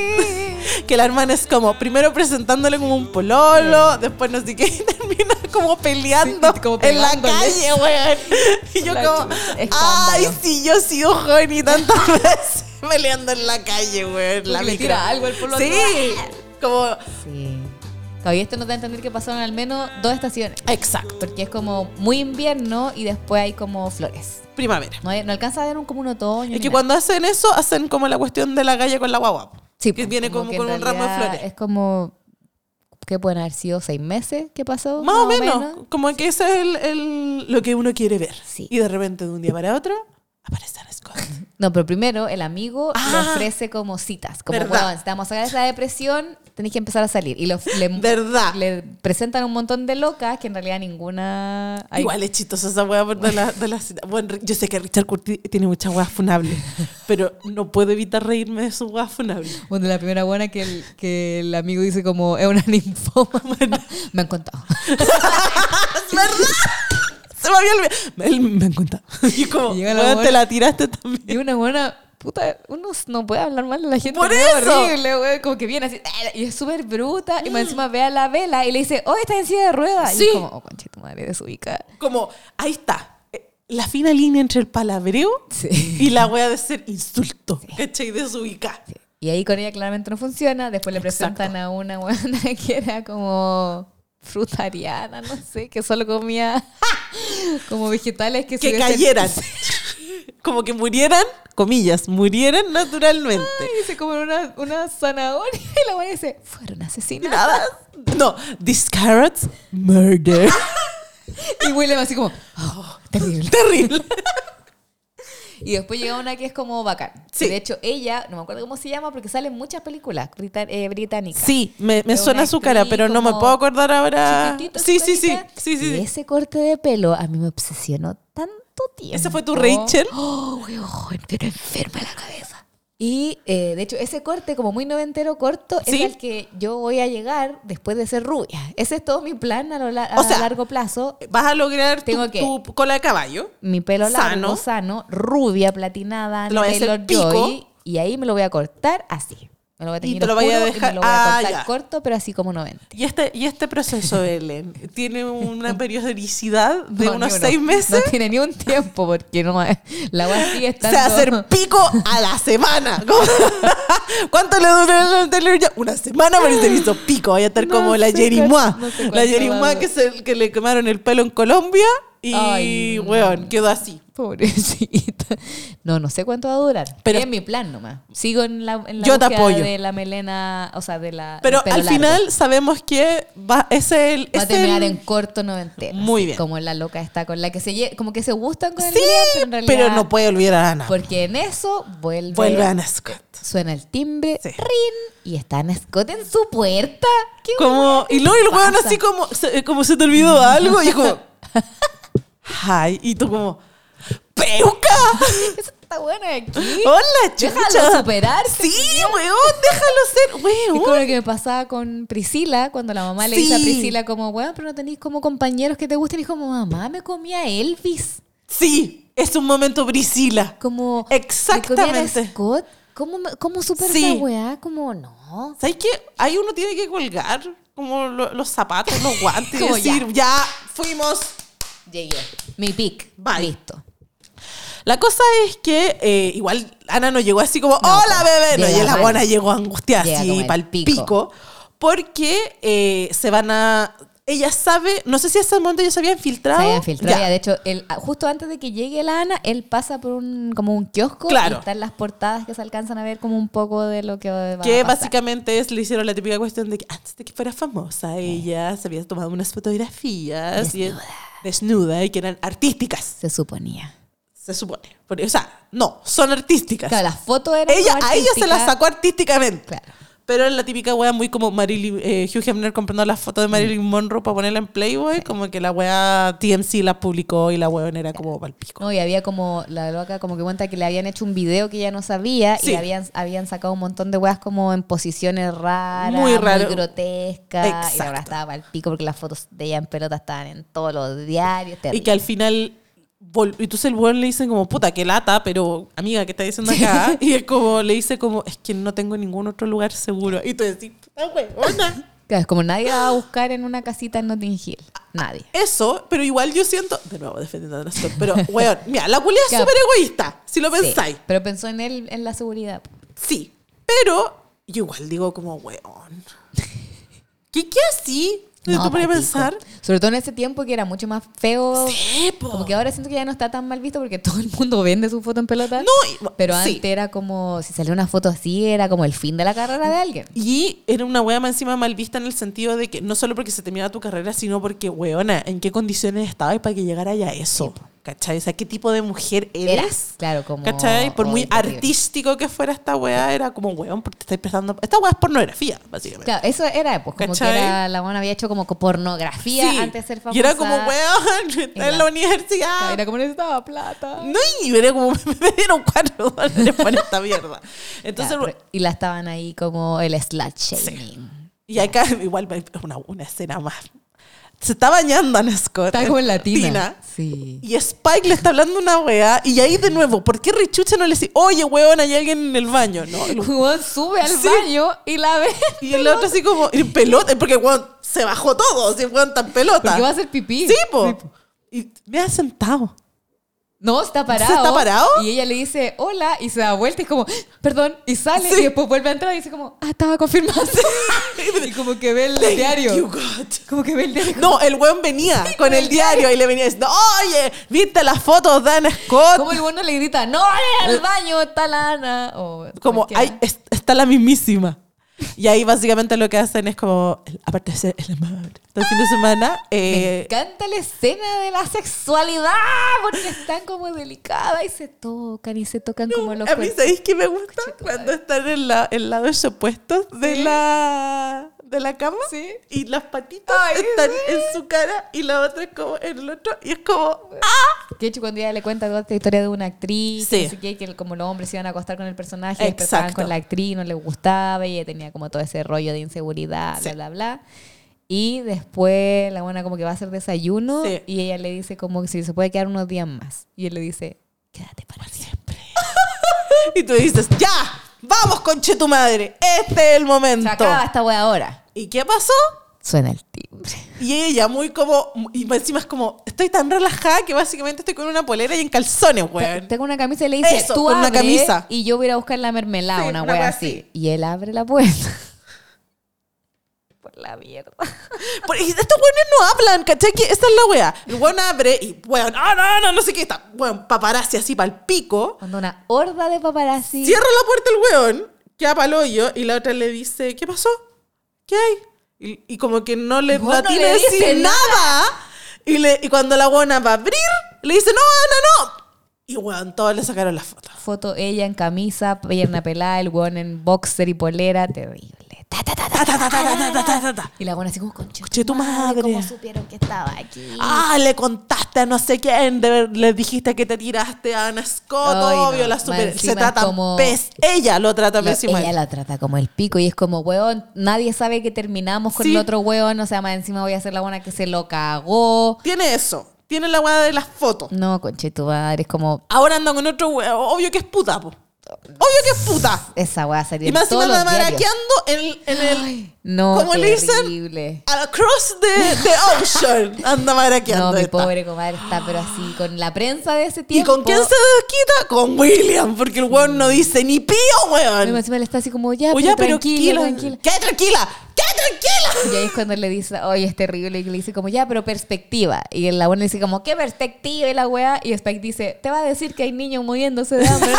C: Sí.
A: Que la hermana es como, primero presentándole como un pololo, después no sé qué, y termina como peleando
C: Sí, como
A: en la
C: pegándole.
A: calle, weón. Y yo
C: La
A: como,
C: chucha,
A: ay,
C: escándalo.
A: si yo he sido joven y tantas veces peleando en la calle, weón. La
C: le
A: micro.
C: tira algo al polo.
A: Sí, como,
C: Sí. Todavía esto nos da a entender que pasaron al menos dos estaciones.
A: exacto,
C: Porque es como muy invierno y después hay como flores.
A: primavera.
C: No, hay- no alcanza a ver un, como un otoño.
A: Es
C: ni
A: que
C: nada.
A: cuando hacen eso, hacen como la cuestión de la calle con la guagua.
C: Sí,
A: que
C: pues,
A: viene como
C: que
A: con
C: en
A: un ramo de
C: realidad
A: flores.
C: Es como, ¿qué pueden haber sido? ¿Seis meses que pasó?
A: Más o menos, como que ese es el, el- lo que uno quiere ver.
C: Sí.
A: Y de repente, de un día para otro, aparece Scott.
C: No, pero primero el amigo le
A: Ah.
C: ofrece como citas. Como,
A: ¿Verdad?
C: bueno, si te vamos a sacar esa depresión, tenéis que empezar a salir. Y lo, le,
A: ¿Verdad?
C: le presentan un montón de locas que en realidad ninguna... hay-
A: Igual es chistosa esa hueá de la, de la cita. Bueno, yo sé que Richard Curtis tiene muchas hueás funables, pero no puedo evitar reírme de sus hueás funables.
C: Bueno, la primera buena que el, que el amigo dice como es una ninfómana. Me han contado.
A: Se me había olvidado. Él me han contado. Y como,
C: Y llega la
A: "Weón,
C: buena-
A: te la tiraste también.
C: Y una buena... Puta, uno no puede hablar mal de la gente.
A: ¡Por
C: es
A: eso!
C: horrible, güey. Como que viene así, y es súper bruta. Y más encima ve a la vela y le dice, oh, está en silla de ruedas. Y
A: Sí.
C: es como, oh, conche tu madre, desubica.
A: Como, ahí está. eh, La fina línea entre el palabreo
C: Sí.
A: y la hueá de ser insulto. ¿Cachai? Desubicar.
C: Y ahí con ella claramente no funciona. Después le
A: Exacto.
C: presentan a una buena que era como frutariana, no sé, que solo comía como vegetales que, se
A: Que
C: desen-
A: cayeran. Como que murieran, comillas, murieran naturalmente.
C: Y se comen una, una zanahoria y la buena dice, fueron asesinadas.
A: Nada. No, these carrots, murder.
C: Y William así como, oh, terrible.
A: Terrible.
C: Y después llega una que es como bacán.
A: Sí.
C: Y de hecho, ella, no me acuerdo cómo se llama, porque sale en muchas películas brita- eh, británicas.
A: Sí, me, me
C: Es
A: suena
C: una
A: su cara,
C: actriz
A: pero no me
C: como
A: puedo acordar ahora.
C: Chiquitita,
A: Sí, sí, sí.
C: chiquitita.
A: sí, sí,
C: Y
A: sí.
C: ese corte de pelo a mí me obsesionó tanto tiempo.
A: ¿Ese fue tu Rachel?
C: Oh, weón, pero enferma la cabeza. Y eh, de hecho, ese corte, como muy noventero corto,
A: ¿Sí?
C: es al que yo voy a llegar después de ser rubia. Ese es todo mi plan a, lo la- a
A: O sea,
C: largo plazo.
A: Vas a lograr tu,
C: Tengo que-
A: tu cola de caballo.
C: Mi pelo largo,
A: Sano.
C: sano, rubia, platinada,
A: Te lo voy a hacer
C: Taylor
A: pico.
C: Joy, y ahí me lo voy a cortar así. Me lo voy a
A: Y
C: teñir
A: te lo vaya a
C: oscuro
A: dejar-
C: y me lo voy a
A: ah,
C: cortar
A: ya.
C: corto, pero así como noventa.
A: Y este, y este proceso, Belén, tiene una periodicidad de
C: No, ni
A: unos
C: uno.
A: seis meses.
C: No tiene ni un tiempo porque no la agua sigue
A: O
C: estando...
A: sea, hacer pico a la semana. ¿Cómo? ¿Cuánto le duró el anterior ya? Una semana, pero se le hizo pico. Vaya a estar
C: No
A: como la
C: sé
A: Jerimois.
C: cuánto- no sé
A: la
C: cuánto
A: Jerimois
C: va.
A: que, se, que le quemaron el pelo en Colombia y,
C: Ay, no.
A: weón, quedó así.
C: Pobrecita. No, no sé cuánto va a durar.
A: Pero-
C: Es mi plan nomás. Sigo en la, en la
A: Yo te
C: búsqueda
A: apoyo.
C: de la melena, o sea, de la
A: Pero
C: del pelo
A: al
C: largo.
A: final sabemos que va, es el...
C: Va a
A: es
C: terminar
A: el-
C: en corto noventero.
A: Muy
C: así,
A: bien.
C: Como la loca está con la que se lle- como que se gustan con el
A: Sí,
C: Liam, pero en realidad...
A: pero no puede olvidar a Ana.
C: Porque en eso vuelve...
A: Vuelve Ana Scott.
C: Suena el timbre,
A: Sí.
C: rin, y está Ana Scott en su puerta. ¿Qué
A: Como, y luego el weón
C: pasa?
A: así como se, como se te olvidó algo y es como... Hi. Y tú como... ¡Peuca!
C: Eso está bueno aquí.
A: ¡Hola, chucha!
C: Déjalo superarse.
A: Sí, weón, déjalo ser,
C: Es
A: weón.
C: como lo que me pasaba con Priscila, cuando la mamá le dice a
A: Sí.
C: Priscila como, bueno, pero no tenéis como compañeros que te gusten. Y es como, mamá, me comía Elvis.
A: Sí, es un momento Priscila.
C: Como,
A: Exactamente.
C: ¿me comía a Scott? ¿Cómo, me- cómo super
A: Sí.
C: esa weá? Como, no.
A: ¿Sabes qué? Ahí uno tiene que colgar como lo- los zapatos, los guantes y
C: Como
A: decir, ya. fuimos.
C: Llegué. Mi pick.
A: Bye.
C: Listo.
A: La cosa es que eh, igual Ana no llegó así como,
C: No,
A: hola
C: pues,
A: bebé. No,
C: llega
A: y la
C: mal.
A: buena llegó angustiada
C: Llega
A: así
C: como el
A: pa'l
C: pico.
A: pico. Porque eh, se van a... Ella sabe, no sé si a ese momento ya se habían filtrado.
C: Se habían filtrado
A: Ya.
C: ya. De hecho, él, justo antes de que llegue la Ana, él pasa por un como un kiosco
A: Claro.
C: y están las portadas que se alcanzan a ver como un poco de lo que va
A: Que
C: a pasar.
A: básicamente es, le hicieron la típica cuestión de que antes de que fuera famosa, ella se había tomado unas fotografías y-
C: Desnuda.
A: desnuda y que eran artísticas,
C: Se suponía.
A: se supone. Porque, o sea, no, son artísticas.
C: Claro, las fotos eran
A: ella,
C: como
A: a ella se la
C: artísticas.
A: sacó artísticamente.
C: Claro.
A: Pero es la típica wea muy como Marilyn, eh, Hugh Hefner comprando las fotos de Marilyn Monroe para ponerla en Playboy, como que la wea T M C la publicó y la wea era como pal pico.
C: No, y había como, la loca como que cuenta que le habían hecho un video que ella no sabía
A: Sí.
C: y habían, habían sacado un montón de weas como en posiciones raras,
A: Muy raro.
C: grotescas. Y la
A: Exacto.
C: verdad estaba al pico porque las fotos de ella en pelota estaban en todos los diarios.
A: Y
C: terrible.
A: que al final, vol- y entonces el weón le dicen como, puta, que lata, pero amiga, ¿qué estás diciendo acá? Y es como, le dice como, es que no tengo ningún otro lugar seguro. Y tú decís, puta weona.
C: Claro, es como nadie la va a buscar en una casita en Notting Hill. Nadie.
A: Eso, pero igual yo siento, de nuevo defendiendo a Ana Scott, pero weón, mira, la culia es
C: Claro.
A: súper egoísta, si lo
C: Sí,
A: pensáis.
C: pero pensó en él, en la seguridad.
A: Sí, pero yo igual digo como, weón. ¿Qué, qué así?
C: No,
A: ¿Tú podrías
C: palpico.
A: pensar?
C: Sobre todo en ese tiempo que era mucho más feo.
A: Sí, po.
C: Como que ahora siento que ya no está tan mal visto porque todo el mundo vende su foto en pelota.
A: No, y-
C: Pero
A: sí.
C: antes era como, si salía una foto así, era como el fin de la carrera de alguien.
A: Y era una wea más encima mal vista en el sentido de que no solo porque se terminaba tu carrera, sino porque, weona, ¿en qué condiciones estabas para que llegara ya eso? ¿Cachai? O sea, ¿qué tipo de mujer eres?
C: Eras, claro, como...
A: ¿Cachai? Por muy
C: Ay, terrible.
A: artístico que fuera esta wea, era como, weón, porque te estáis prestando... Esta wea es pornografía, básicamente.
C: Claro, eso era, pues, como
A: ¿Cachai?
C: que era, la buena había hecho como pornografía
A: Sí.
C: antes de ser famosa.
A: Y era como, weón, está en
C: la-
A: la universidad.
C: Era como necesitaba plata.
A: No, y era como, me dieron cuatro dólares por esta mierda. Entonces,
C: Claro, pero- y la estaban ahí como el slut shaming.
A: y acá igual es una, una escena más. Se está bañando Ana Scott.
C: Está como en la tina.
A: tina,
C: Sí.
A: Y Spike le está hablando una weá. Y ahí de nuevo, ¿por qué Richucha no le dice, oye, weón, hay alguien en el baño? No, el-
C: Juan sube al
A: Sí.
C: baño y la ve.
A: y el otro así como, en pelota, porque weón se bajó todo, si weón tan pelota.
C: Porque va a hacer pipí.
A: Sí, po. Y me ha sentado.
C: No, está parado.
A: ¿Se está parado?
C: Y ella le dice hola y se da vuelta y es como, perdón, y sale
A: Sí.
C: y después vuelve a entrar y dice como, ah, estaba confirmado. y como que ve el
A: Thank
C: diario.
A: you, God.
C: Como que ve el diario.
A: No, el weón venía con el diario y le venía diciendo, oye, ¿viste las fotos de Ana Scott?
C: Como el bueno le grita, no, en el baño está la Ana. O
A: Como,
C: cualquiera.
A: ay, es- está la mismísima. Y ahí básicamente lo que hacen es como, aparte de ser el amor, todo el fin de semana,
C: Me
A: eh,
C: encanta la escena de la sexualidad porque están como delicadas y se tocan y se tocan como los
A: a mí
C: cuerpos.
A: ¿sabéis qué me gusta?
C: Conchetumare.
A: Cuando están en la, en lados opuestos de,
C: Sí.
A: la, de la cama
C: Sí.
A: y las patitas
C: Ay,
A: están
C: sí.
A: en su cara y la otra es como en el otro y es como,
C: Que de hecho cuando ella le cuenta toda esta historia de una actriz,
A: Sí.
C: no sé qué, que como los hombres se iban a acostar con el personaje, y después
A: Exacto.
C: estaban con la actriz, no les gustaba, y ella tenía como todo ese rollo de inseguridad,
A: Sí.
C: bla, bla, bla. Y después la buena como que va a hacer desayuno
A: Sí.
C: y ella le dice como que si se puede quedar unos días más. Y él le dice, quédate para siempre.
A: y tú dices, ya, vamos conche tu madre, este es el momento.
C: Se acaba esta wea ahora.
A: ¿Y qué pasó?
C: Suena el timbre.
A: Y ella muy como, y encima es como, estoy tan relajada que básicamente estoy con una polera y en calzones, weón.
C: Tengo una camisa y le dice,
A: Eso,
C: tú
A: con una
C: abre
A: camisa.
C: y yo voy a ir a buscar la mermelada,
A: Sí,
C: una
A: una
C: wea
A: wea
C: así.
A: así.
C: Y él abre la puerta. Por la mierda.
A: Por- y estos weones no hablan, ¿cachai? Que esa es la wea. El weón abre y, weón, ah, no, no, no sé qué está. Weón, paparazzi así pa'l pico.
C: Cuando una horda de paparazzi.
A: Cierra la puerta el weón, queda pa'l hoyo y la otra le dice, ¿qué pasó? ¿Qué hay? Y, y como que no le
C: Weón,
A: da
C: no
A: tiene
C: le
A: decir
C: dice
A: nada. Y, le, y cuando la buena va a abrir, le dice, no, Ana, no. Y weón, todos le sacaron las fotos.
C: Foto ella en camisa, pierna pelada, el weón en boxer y polera. Terrible. Ta, ta, ta, ta,
A: Ta, ta, ta, ta, ta, ta, ta, ta, ta.
C: Y la buena así como, conche
A: Conche tu madre.
C: ¿Cómo supieron que estaba aquí?
A: Ah, le contaste a no sé quién, de- le dijiste que te tiraste a Ana Scott,
C: Ay,
A: obvio,
C: no.
A: la
C: Más
A: super,
C: encima
A: se trata
C: es como-
A: pes, ella lo trata
C: Lo-
A: pésimo.
C: ella la trata como el pico y es como, weón, nadie sabe que terminamos con
A: Sí.
C: el otro weón, o sea, más encima voy a ser la buena que se lo cagó.
A: Tiene eso, tiene la weá de las fotos.
C: No, conche tu madre, es como,
A: Ahora anda con otro weón, obvio que es puta, po. Obvio que es puta.
C: esa weá salió
A: Y
C: en
A: más
C: todos
A: encima
C: los
A: anda
C: diarios.
A: maraqueando en, en el...
C: No,
A: ¿cómo le dicen?
C: terrible.
A: Across the, the ocean. Anda maraqueando.
C: No, mi
A: esta.
C: pobre comadre está, pero así, con la prensa de ese
A: ¿Y
C: tiempo.
A: con quién se desquita? Con William, porque el weón no dice ni pío,
C: Y
A: weón.
C: encima le está así como, ya,
A: Oye,
C: pero, tranquila, tranquila.
A: ¿Qué tranquila? ¿Qué tranquila?
C: Y ahí es cuando le dice, oye, es terrible. Y le dice como, ya, pero perspectiva. Y la buena le dice como, ¿qué perspectiva? Y la weá. Y Spike dice, te va a decir que hay niños muriéndose de hambre.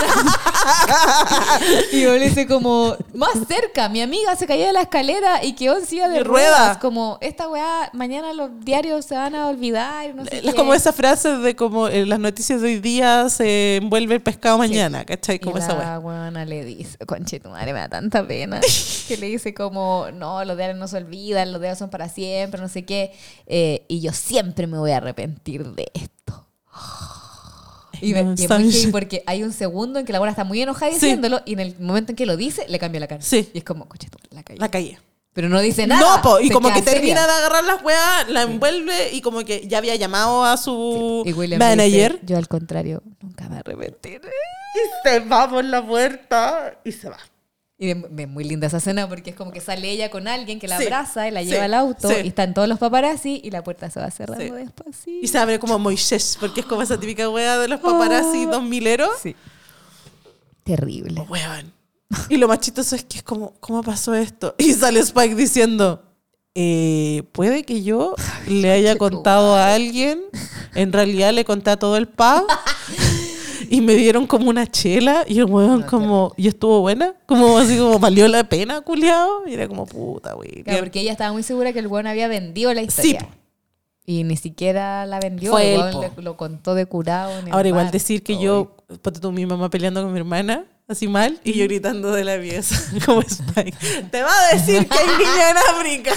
C: Y yo le dice como, más cerca, mi amiga se cayó de la escalera y quedó en silla de
A: De
C: ruedas.
A: rueda.
C: Como, esta weá, mañana los diarios se van a olvidar. No sé
A: Es
C: qué.
A: como esa frase de como en las noticias de hoy día se envuelve el pescado mañana, ¿cachai? Como
C: y
A: esa
C: la
A: weá.
C: buena le dice, conche tu madre, me da tanta pena. Que le dice como, no, los diarios no se olvidan, los diarios son para siempre, no sé qué. Eh, y yo siempre me voy a arrepentir de esto. Y, me,
A: No,
C: y es
A: está
C: muy
A: bien.
C: heavy porque hay un segundo en que la buena está muy enojada
A: Sí.
C: diciéndolo y en el momento en que lo dice, le cambia la cara.
A: Sí.
C: Y es como, coche, tú, la calle.
A: La calle.
C: Pero no dice nada.
A: No, po, y
C: se
A: como
C: queda
A: que termina
C: seria.
A: de agarrar las weas, la envuelve y como que ya había llamado a su
C: Y William le
A: manager.
C: dice, yo al contrario, nunca me arrepentiré.
A: Y se va por la puerta y se va.
C: Y es es muy linda esa escena porque es como que sale ella con alguien que la
A: Sí,
C: abraza y la
A: sí,
C: lleva al auto
A: sí.
C: y están todos los paparazzi y la puerta se va cerrando
A: Sí.
C: despacito.
A: Y se abre como Moisés, porque es como esa típica wea de los paparazzi dos mileros.
C: Sí. Terrible.
A: Oh, weón. Y lo más chistoso es que es como, ¿cómo pasó esto? Y sale Spike diciendo, eh, puede que yo le haya contado a alguien, en realidad le conté a todo el pub y me dieron como una chela y el weón como, ¿y estuvo buena? Como así como, ¿valió la pena, culiao? Y era como, puta, güey.
C: Claro, porque ella estaba muy segura que el weón había vendido la
A: Sí,
C: historia.
A: po.
C: Y ni siquiera la vendió.
A: Fue
C: el
A: él,
C: weón
A: po.
C: le- lo contó de curado. en el
A: Ahora igual
C: bar.
A: decir que
C: Ay.
A: yo, ponte tú, mi mamá peleando con mi hermana, así mal, y yo gritando de la pieza, como Spike. Te va a decir que hay niños en África.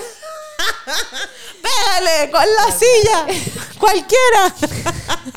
A: Pégale con la silla, cualquiera.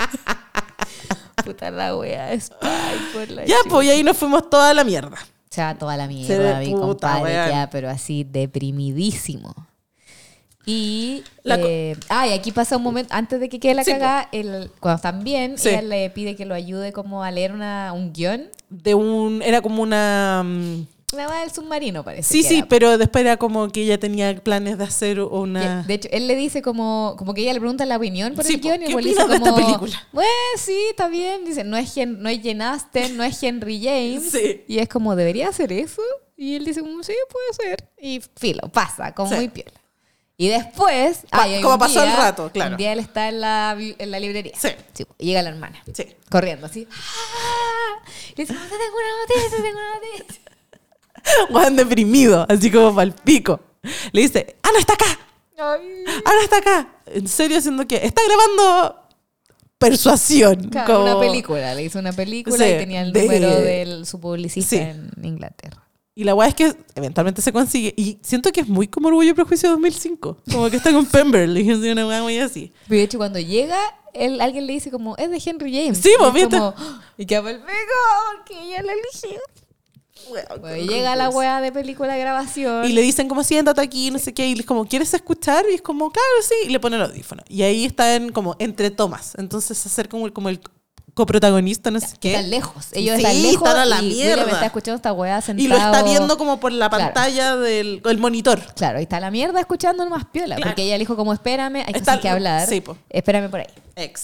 C: Puta la wea, Spike por la
A: Ya, pues, y ahí nos fuimos toda a la mierda.
C: Se va toda la
A: Se
C: mierda,
A: de
C: mi
A: puta,
C: compadre,
A: weón.
C: ya, pero así deprimidísimo. Y,
A: La co-
C: eh, ah, y aquí pasa un momento, antes de que quede la
A: Sí,
C: cagada, el, cuando están bien,
A: Sí.
C: ella le pide que lo ayude como a leer una, un guión.
A: De un, era como una... mm,
C: La va del submarino, parece.
A: Sí,
C: que
A: sí,
C: era.
A: pero después era como que ella tenía planes de hacer una...
C: De hecho, él le dice como, como que ella le pregunta la opinión por
A: Sí,
C: el
A: po,
C: guión y
A: ¿qué
C: el güey le dice
A: opinas de
C: como,
A: esta película?
C: Bueno, sí, está bien. Dice, no es, Gen- no es Jane Austen, no es Henry James.
A: Sí.
C: Y es como, ¿debería hacer eso? Y él dice como, sí, puede ser. Y filo, pasa, como
A: Sí.
C: muy piola. Y después...
A: Pa-
C: ay, hay
A: como
C: un
A: pasó el
C: día-
A: rato, claro.
C: Un día él está en la, bi- en la librería.
A: Sí.
C: Y llega la hermana.
A: Sí.
C: Corriendo, así. ¡Ah! Y dice, como, te tengo una noticia, te tengo una noticia.
A: Juan deprimido, así como pal pico. Le dice, Ana está acá,
C: Ay.
A: Ana está acá. En serio, haciendo que está grabando Persuasión.
C: Claro,
A: como-
C: una película, le hizo una película
A: Sí,
C: y tenía el
A: de-
C: número de su publicista
A: Sí.
C: en Inglaterra.
A: Y la weá es que eventualmente se consigue. Y siento que es muy como Orgullo y Prejuicio dos mil cinco. Como que está con Pemberley, así una weá muy así.
C: Pero de hecho, cuando llega, él, alguien le dice como, es de Henry James.
A: Sí,
C: Y
A: pues,
C: es
A: ¿viste?
C: como, "¡Ah!". Y queda el pico, porque ella la eligió. Bueno, y llega la weá de película de grabación.
A: Y le dicen como, siéntate aquí, no sé qué. Y es como, ¿quieres escuchar? Y es como, claro, sí. Y le pone el audífono. Y ahí está en, como entre tomas. Entonces hacer como, el- como el coprotagonista, no sé qué.
C: Están lejos. Ellos
A: Sí,
C: están lejos
A: están a la
C: y
A: mierda.
C: William está escuchando esta weá sentado.
A: Y lo está viendo como por la
C: Claro.
A: pantalla del el monitor.
C: Claro, y está la mierda escuchando más piola.
A: Claro.
C: Porque ella le dijo como, espérame, hay
A: Está-
C: cosas que hablar.
A: sí, po.
C: Espérame por ahí.
A: Exacto.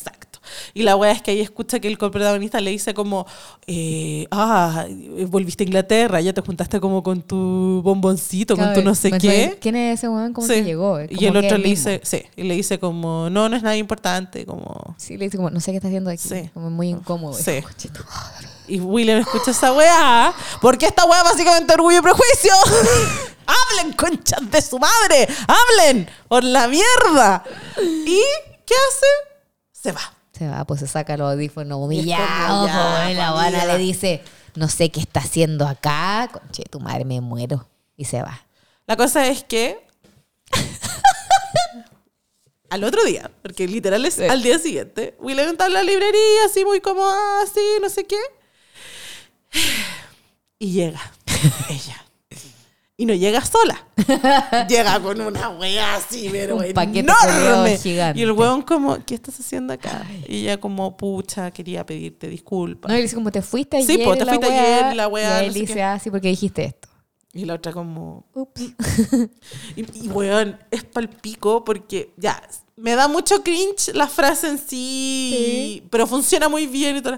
A: Y la wea es que ahí escucha que el protagonista le dice como, eh, ah, volviste a Inglaterra, ya te juntaste como con tu bomboncito, con tu no sé
C: Me
A: qué.
C: suena, ¿quién es ese weón? ¿Cómo
A: Sí.
C: que llegó? Es
A: Y
C: como
A: el
C: que
A: otro
C: él
A: le
C: mismo.
A: dice, sí, y le dice como, no, no es nada importante, como...
C: Sí, le dice como, no sé qué está haciendo aquí.
A: Sí.
C: Como muy incómodo.
A: Sí.
C: Es como, "Conche tu madre".
A: Y William escucha esa weá, porque esta weá básicamente es orgullo y prejuicio. ¡Hablen, conchas de su madre! ¡Hablen! ¡Por la mierda! ¿Y qué hace? Se va.
C: Se va, pues se saca los audífonos
A: Y es
C: humillado.
A: como, ya,
C: pues, la
A: amiga.
C: buena le dice, no sé qué está haciendo acá. Conche, tu madre, me muero. Y se va.
A: La cosa es que al otro día, porque literal es al día siguiente, William está en la librería, así muy como así, no sé qué. Y llega ella. Y no llega sola. Llega con una wea así, pero
C: Un paquete
A: enorme.
C: culiao gigante.
A: Y el weón como, ¿qué estás haciendo acá? Y ella como, pucha, quería pedirte disculpas.
C: No, y le dice como, te fuiste ayer.
A: Sí, pues, te
C: y la
A: fuiste
C: weá,
A: ayer y la weá,
C: Y él
A: no sé
C: dice,
A: qué.
C: ah, sí, porque dijiste esto.
A: Y la otra como...
C: Ups.
A: Y, y weón, es palpico porque ya, me da mucho cringe la frase en sí,
C: Sí.
A: pero funciona muy bien y todo.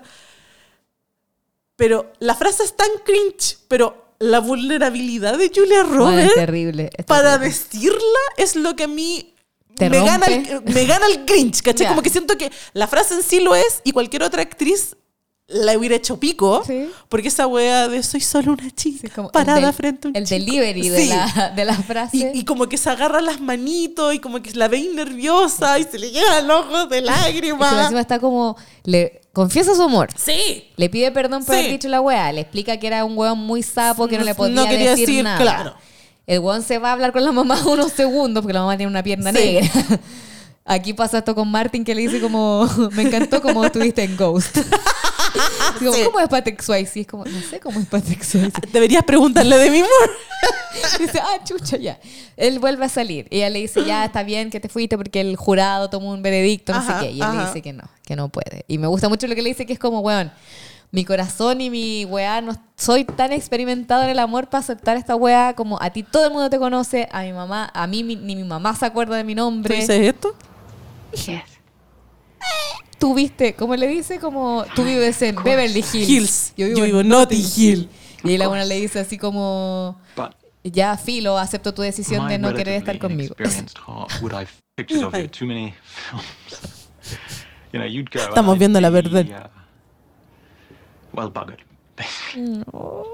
A: Pero la frase es tan cringe, pero la vulnerabilidad de Julia
C: Bueno,
A: Roberts
C: es terrible. es
A: para
C: terrible.
A: decirla es lo que a mí
C: ¿Te
A: me gana,
C: rompe?
A: el, me gana el cringe, ¿cachai?
C: Ya.
A: Como que siento que la frase en sí lo es y cualquier otra actriz la hubiera hecho pico,
C: Sí.
A: porque esa wea de soy solo una chica
C: Sí, como el
A: parada
C: del-
A: frente a un
C: El
A: chico.
C: delivery de,
A: Sí.
C: la, de la frase.
A: Y, y como que se agarra las manitos y como que la ve nerviosa y se le llegan los ojos de
C: Es que
A: lágrimas.
C: encima está como, le confiesa su amor.
A: Sí.
C: Le pide perdón por
A: Sí.
C: haber dicho la weá. Le explica que era un weón muy sapo, que no le
A: No
C: podía
A: quería
C: decir,
A: decir,
C: nada.
A: claro.
C: El weón se va a hablar con la mamá unos segundos porque la mamá tiene una pierna
A: Sí.
C: negra. Aquí pasa esto con Martin que le dice como, me encantó como estuviste en Ghost. Así como,
A: Sí.
C: ¿cómo es Patrick Swayze? Y es como, no sé cómo es Patrick Swayze.
A: Deberías preguntarle de mi amor.
C: Dice, ah, chucha, ya. Él vuelve a salir. Y ella le dice, ya, está bien que te fuiste porque el jurado tomó un veredicto, no
A: Ajá,
C: sé qué. Y él le
A: ajá.
C: dice que no, que no puede. Y me gusta mucho lo que le dice, que es como, weón, mi corazón y mi weá, no soy tan experimentado en el amor para aceptar esta weá como a ti todo el mundo te conoce, a mi mamá, a mí mi- ni mi mamá se acuerda de mi
A: ¿Tú
C: nombre.
A: dices esto?
B: Yes.
C: Tú viste, como le dice, como tú vives en Beverly Hills.
A: Hills.
C: Yo vivo, en
A: Notting Hill.
C: Y la una le dice así como,
D: But
C: ya, filo, acepto tu decisión
D: my
C: de no querer estar
D: relatively
C: conmigo.
D: inexperienced heart would I've pictures of you too many films. You know, you'd go. and
A: Estamos
D: I'd
A: viendo la
D: be,
A: verdad.
D: uh, well, buggered. basically.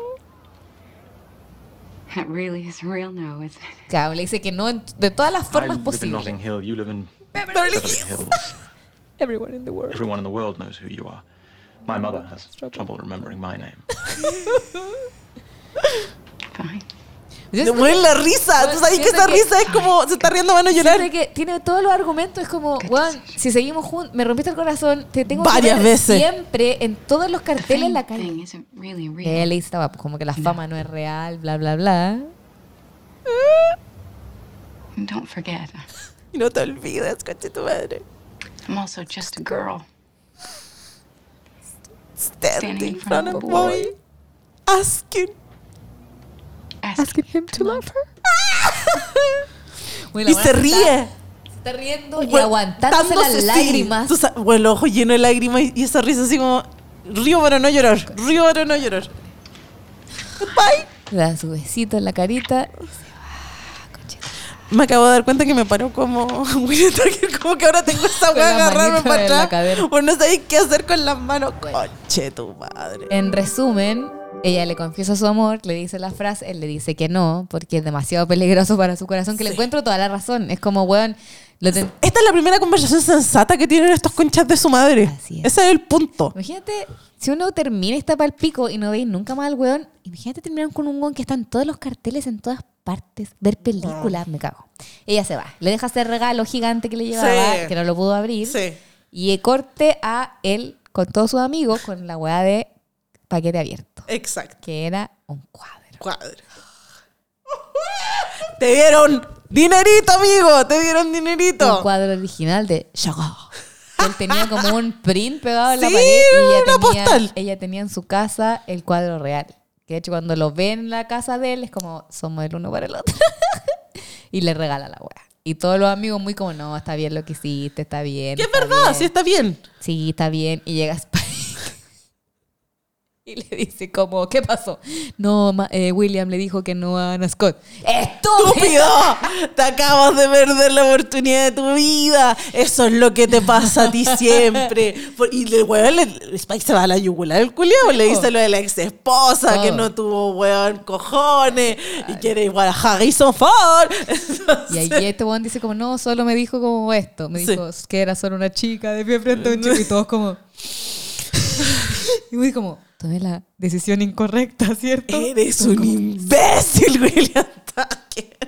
B: That really is real now, isn't it?
C: Claro, le dice que no en- de todas las
D: I
C: formas
D: live in
C: posibles.
D: Notting Hill. You live in
A: Beverly
D: Beverly
A: Hills.
D: Hills.
C: Everyone in the world.
D: Everyone in the world knows who you are. My mother has trouble remembering my name.
B: Fine.
C: Yo
A: Te
C: siento
A: mueren
C: que-
A: la risa. Tú
C: Bueno,
A: sabes que
C: siento
A: esa
C: que-
A: risa es como se está riendo, van a llorar.
C: siento que tiene todos los argumentos. Es como, weón, si seguimos juntos, me rompiste el corazón, te tengo
A: Varias
C: que ver
A: veces.
C: siempre en todos los
B: The
C: carteles en la
B: fame
C: calle.
B: thing isn't really
C: Que
B: real.
C: él le dice, estaba, pues, como que la fama no es real, bla, bla, bla.
B: And don't forget,
A: Y no te olvides, coche tu madre.
B: I'm also just a girl.
A: Standing in front of a boy. Asking.
B: Asking
C: him to love her. Bueno,
A: Y
C: la
A: se
C: buena
A: ríe.
C: está- Se está riendo y
A: Bueno,
C: aguantándose las
A: dándose- sí.
C: lágrimas.
A: Tú sa- bueno, el ojo lleno de lágrimas y, y esa risa así como río para no llorar, río para no llorar. Goodbye.
C: Le da su besito en la carita.
A: Me acabo de dar cuenta que me paró como William Tucker, como que ahora tengo esa
C: Con
A: weá
C: la
A: agarrarme
C: manita
A: para
C: en la
A: atrás.
C: cadera.
A: Pues no sabéis qué hacer con las manos. Conche tu madre.
C: En resumen, ella le confiesa su amor, le dice la frase, él le dice que no, porque es demasiado peligroso para su corazón, que le
A: Sí.
C: encuentro toda la razón. Es como, weón, lo ten-
A: Esta es la primera conversación sensata que tienen estos conchas de su madre.
C: Así es.
A: Ese es el punto.
C: imagínate, si uno termina y está para el pico y no veis nunca más al weón, imagínate terminar con un weón que está en todos los carteles, en todas partes, ver películas, me cago. Ella se va, le deja ese regalo gigante que le llevaba,
A: Sí.
C: que no lo pudo abrir,
A: Sí.
C: y corte a él con todos sus amigos con la weá de paquete abierto,
A: Exacto.
C: que era un cuadro.
A: Cuadro. Te dieron dinerito, amigo. Te dieron dinerito.
C: Un cuadro original de Chagall. Él tenía como un print pegado en la
A: Sí,
C: pared y ella
A: una
C: tenía,
A: postal.
C: ella tenía en su casa el cuadro real. Que de hecho cuando lo ve en la casa de él es como somos el uno para el otro. Y le regala la weá. Y todos los amigos muy como, no, está bien lo que hiciste, está bien.
A: Que es
C: está
A: verdad,
C: bien.
A: sí está bien.
C: Sí, está bien. Y llega Spike. Y le dice como, ¿qué pasó? No, ma- eh, William le dijo que no a Ana Scott. ¡Estúpido!
A: ¡Estúpido! Te acabas de perder la oportunidad de tu vida. Eso es lo que te pasa a ti siempre. Por- Y el weón, le- Spike se va a la yugular el culiao. Le dice lo de la ex esposa,
C: Todo.
A: que no tuvo weón cojones. Y quiere igual a Harrison Ford.
C: Y ahí este weón dice como, no, solo me dijo como esto. Me
A: Sí.
C: dijo que era solo una chica de pie frente a un chico. Y todos como... Y muy como, tomé la decisión incorrecta, ¿cierto?
A: Eres
C: Todos
A: un
C: como,
A: imbécil, William Tucker.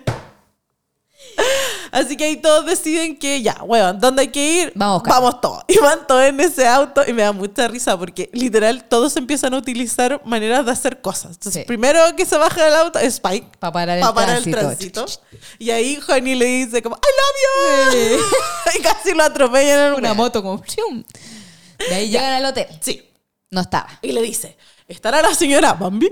A: Así que ahí todos deciden que ya, weón, ¿dónde hay que ir?
C: Vamos, Carlos.
A: Vamos todos. Y van todos en ese auto y me da mucha risa porque literal todos empiezan a utilizar maneras de hacer cosas. Entonces,
C: Sí.
A: primero que se baja del auto es Spike.
C: Pa' parar el
A: pa' parar
C: tránsito.
A: Y ahí Honey le dice como, I love you. Y casi lo atropellan en
C: Una
A: una
C: moto como... ¡shum! De ahí llegan al hotel.
A: Sí.
C: No estaba.
A: Y le dice, ¿estará la señora Bambi?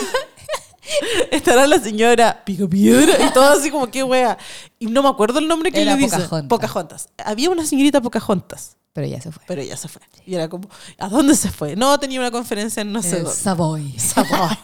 A: ¿Estará la señora Pico Piedra? Y todo así como, qué wea. Y no me acuerdo el nombre que
C: Era
A: le dice.
C: Pocahontas.
A: Pocahontas. Había una señorita Pocahontas,
C: Pero ya se fue.
A: pero ella se fue. Y era como, ¿a dónde se fue? No, tenía una conferencia en no sé
C: El
A: dónde.
C: Savoy.
A: Savoy.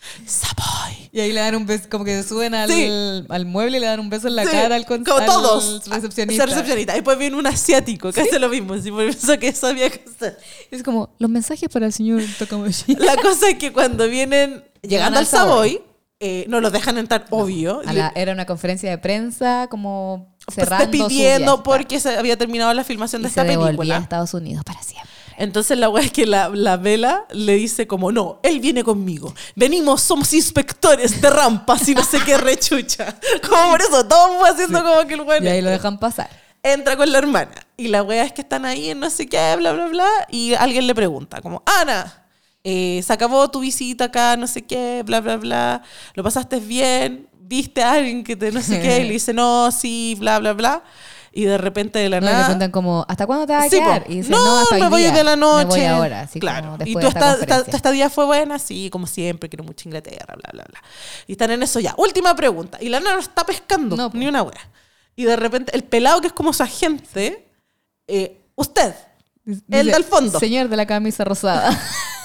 A: Savoy.
C: Y ahí le dan un beso, como que suben al,
A: Sí.
C: al mueble y le dan un beso en la
A: Sí,
C: cara al, con-
A: como
C: al
A: todos.
C: recepcionista.
A: Esa recepcionista. Después viene un asiático que hace lo mismo. Así por eso que eso había que hacer.
C: Es como, los mensajes para el señor Tokamoshi.
A: La cosa es que cuando vienen llegando
C: al
A: al Savoy, eh, no los dejan entrar, obvio.
C: A la- era una conferencia de prensa como cerrando su
A: despidiendo
C: viaje.
A: porque se había terminado la filmación de
C: Y se
A: esta
C: devolvía a
A: película.
C: Estados Unidos para siempre.
A: Entonces la wea es que la, la Vela le dice como, no, él viene conmigo. Venimos, somos inspectores de rampas y no sé qué rechucha. Como por eso, todos fue haciendo como que el weón
C: Y ahí lo dejan pasar.
A: entra con la hermana. Y la wea es que están ahí en no sé qué, bla, bla, bla. Y alguien le pregunta como, Ana, eh, se acabó tu visita acá, no sé qué, bla, bla, bla. ¿Lo pasaste bien? ¿Viste a alguien que te no sé qué? Y le dice, no, sí, bla, bla, bla. Y de repente de la
C: No, y le
A: nada...
C: preguntan como, ¿hasta cuándo te vas a
A: Sí,
C: quedar?
A: po.
C: Y dice,
A: no,
C: no, hasta hoy
A: me voy
C: día.
A: de la noche.
C: Me voy ahora, así
A: claro.
C: como
A: Y
C: después
A: tú
C: de esta
A: esta,
C: conferencia.
A: esta, esta estadía fue buena, sí, como siempre, quiero mucho Inglaterra, bla, bla, bla. Y están en eso ya. Última pregunta. Y la nana no está pescando,
C: No, po.
A: ni una wea. Y de repente, el pelado que es como su agente, eh, usted, el
C: Dice,
A: del fondo.
C: Señor de la camisa rosada.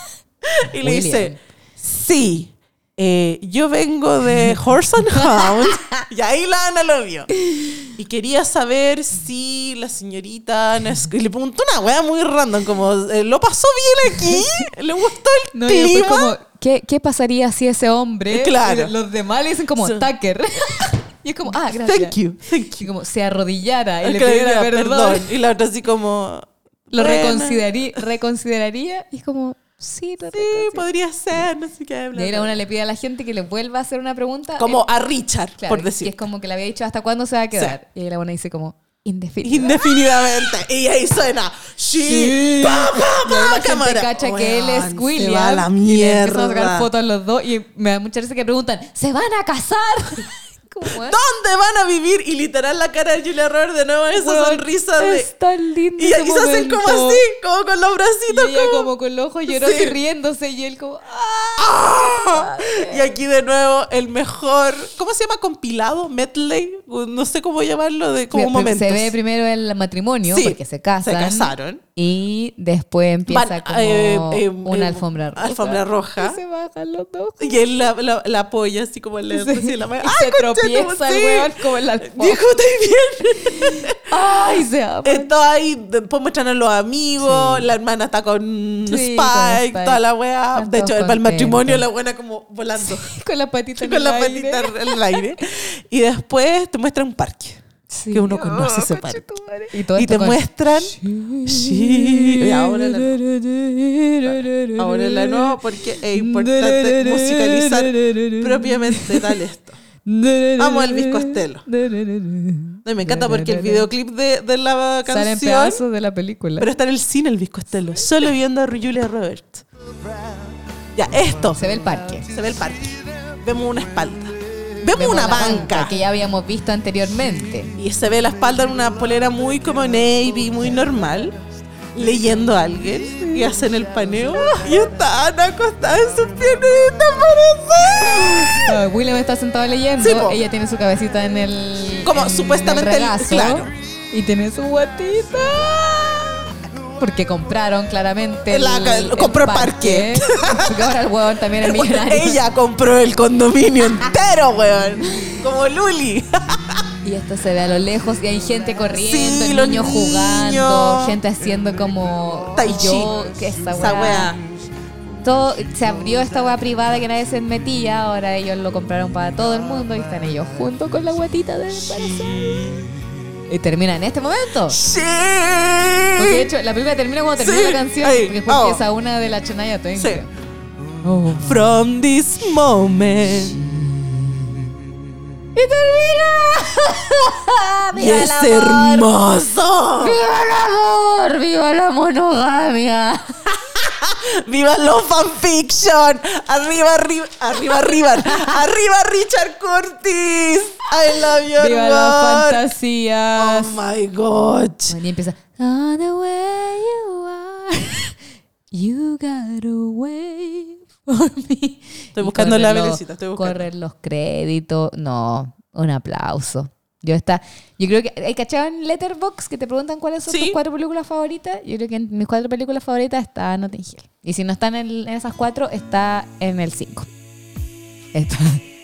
A: Y le
C: William.
A: dice, sí, eh, yo vengo de Horse and Hound. Y ahí la Ana lo vio. Y quería saber si la señorita... Ana Sc- y le preguntó una wea muy random, como, eh, ¿lo pasó bien aquí? ¿Le gustó el
C: No, y después
A: clima?
C: como, ¿qué, ¿qué pasaría si ese hombre...
A: Claro.
C: y los demás le dicen como,
A: Sí.
C: Tucker. Y es como, ah, gracias.
A: Thank you, thank
C: Y
A: you.
C: como, se arrodillara y le
A: Claro,
C: pidiera
A: ya,
C: perdón.
A: Y la otra así como...
C: Lo
A: bueno,
C: reconsideraría, reconsideraría y es como, sí, lo
A: Sí,
C: reconsidero.
A: podría ser, no sé qué. Bla,
C: Y ahí la
A: bla.
C: una le pide a la gente que le vuelva a hacer una pregunta.
A: Como
C: eh,
A: a Richard,
C: claro,
A: por decir.
C: que es como que le había dicho hasta cuándo se va a quedar. Y ahí la buena dice como, indefinido.
A: Indefinidamente. Y ahí suena. Sí.
C: Sí.
A: Pa, pa,
C: Y ahí
A: pa,
C: la gente
A: cámara.
C: cacha que él es
A: Weón,
C: William.
A: Se va a la
C: y le empiezan a sacar
A: mierda.
C: fotos a los dos. Y me da mucha risa que preguntan, ¿se van a casar? ¿Cómo es?
A: ¿Dónde van a vivir? Y literal la cara de Julia Roberts de nuevo esa
C: Weón,
A: sonrisa de...
C: Es tan lindo
A: Y,
C: ese
A: y se hacen como
C: momento.
A: así, como con los
C: Y
A: bracitos.
C: ella
A: como...
C: como con los ojos llorosos
A: Sí.
C: y riéndose. Y él como, ¡ah!
A: ¡Ah! Y aquí de nuevo el mejor... ¿Cómo se llama? ¿Compilado? ¿Medley? No sé cómo llamarlo, de como
C: Mira,
A: momentos.
C: Se ve primero el matrimonio,
A: Sí,
C: porque se casan.
A: se casaron.
C: Y después empieza
A: Van,
C: como
A: eh, eh,
C: una
A: eh,
C: alfombra roja.
A: alfombra roja.
C: Y se bajan los dos.
A: Y él la, la, la apoya así como le
C: Sí.
A: así en la mano.
C: Y
A: ¡Ay,
C: se
A: conchetumare!
C: tropieza el
A: Sí.
C: weón como en la alfombra.
A: Viejo, ¿estás bien?
C: ¡Ay, se ama!
A: Esto ahí, después muestran a los amigos,
C: Sí.
A: la hermana está con
C: Sí,
A: Spike,
C: con Spike.
A: toda la weá.
C: Están
A: De hecho,
C: todos
A: para el matrimonio la
C: contentos.
A: buena como volando.
C: Con la patita en
A: Con
C: el
A: la
C: aire.
A: patita en el aire. Y después te muestran un parque.
C: Sí.
A: Que uno conoce ese
C: Oh,
A: parque.
C: conchetumare. Y, todo
A: Y
C: esto
A: te
C: con-
A: muestran... Sí. Y ahora la, ahora la no, porque es importante musicalizar propiamente tal esto. Amo a Elvis Costello. No, y me encanta porque el videoclip de, de la
C: Salen
A: canción...
C: pedazos de la película.
A: Pero está en el cine Elvis Costello, solo viendo a Julia Roberts. Ya, esto.
C: Se ve el parque.
A: Se ve el parque. Vemos una espalda. Vemos,
C: Vemos
A: una
C: la
A: banca.
C: que ya habíamos visto anteriormente.
A: Y se ve la espalda en una polera muy como navy, muy normal. leyendo a alguien y hacen el paneo y están acostadas en sus piernitas, parece.
C: Ah, William está sentado leyendo,
A: Sí, po.
C: ella tiene su cabecita en el
A: Como
C: en
A: supuestamente
C: el
A: el-
C: regazo,
A: claro.
C: y tiene su guatita. Porque compraron claramente el,
A: La-
C: el
A: compró el
C: parque. Porque ahora el huevón también es
A: Bueno,
C: millonario.
A: ella compró el condominio entero, weón. Como Luli.
C: Y esto se ve a lo lejos y hay gente corriendo,
A: Sí,
C: el
A: los
C: niño jugando,
A: niños.
C: gente haciendo como
A: Tai chi.
C: yo, que esa
A: Esa
C: weá.
A: weá.
C: Todo, se abrió esta weá privada que nadie se metía, ahora ellos lo compraron para todo el mundo y están ellos juntos con la guatita de embarazada. Y termina en este momento.
A: Sí.
C: Porque de hecho la película termina cuando termina
A: Sí.
C: la canción,
A: Ahí.
C: porque después
A: Oh.
C: empieza una de la Shania Twain.
A: Sí.
C: creo. Oh.
A: From this moment.
C: Y termina.
A: Y
C: ¡Viva
A: es
C: el amor!
A: hermoso.
C: ¡Viva el amor! ¡Viva la monogamia!
A: ¡Viva los fanfiction! ¡Arriba, arriba! ¡Arriba, arriba! ¡Arriba Richard Curtis! ¡I love your
C: ¡Viva las
A: work.
C: fantasías!
A: ¡Oh my God!
C: Y empieza On the way you are, you got away for me.
A: Estoy
C: Y
A: buscando
C: corren
A: la
C: los-
A: velecita, estoy buscando.
C: Corren los créditos. No, un aplauso. Yo está, yo creo que hay cachado en Letterboxd que te preguntan cuáles son
A: Sí.
C: tus cuatro películas favoritas. Yo creo que en mis cuatro películas favoritas está Notting Hill. Y si no están en, el- en esas cuatro, está en el cinco. Está.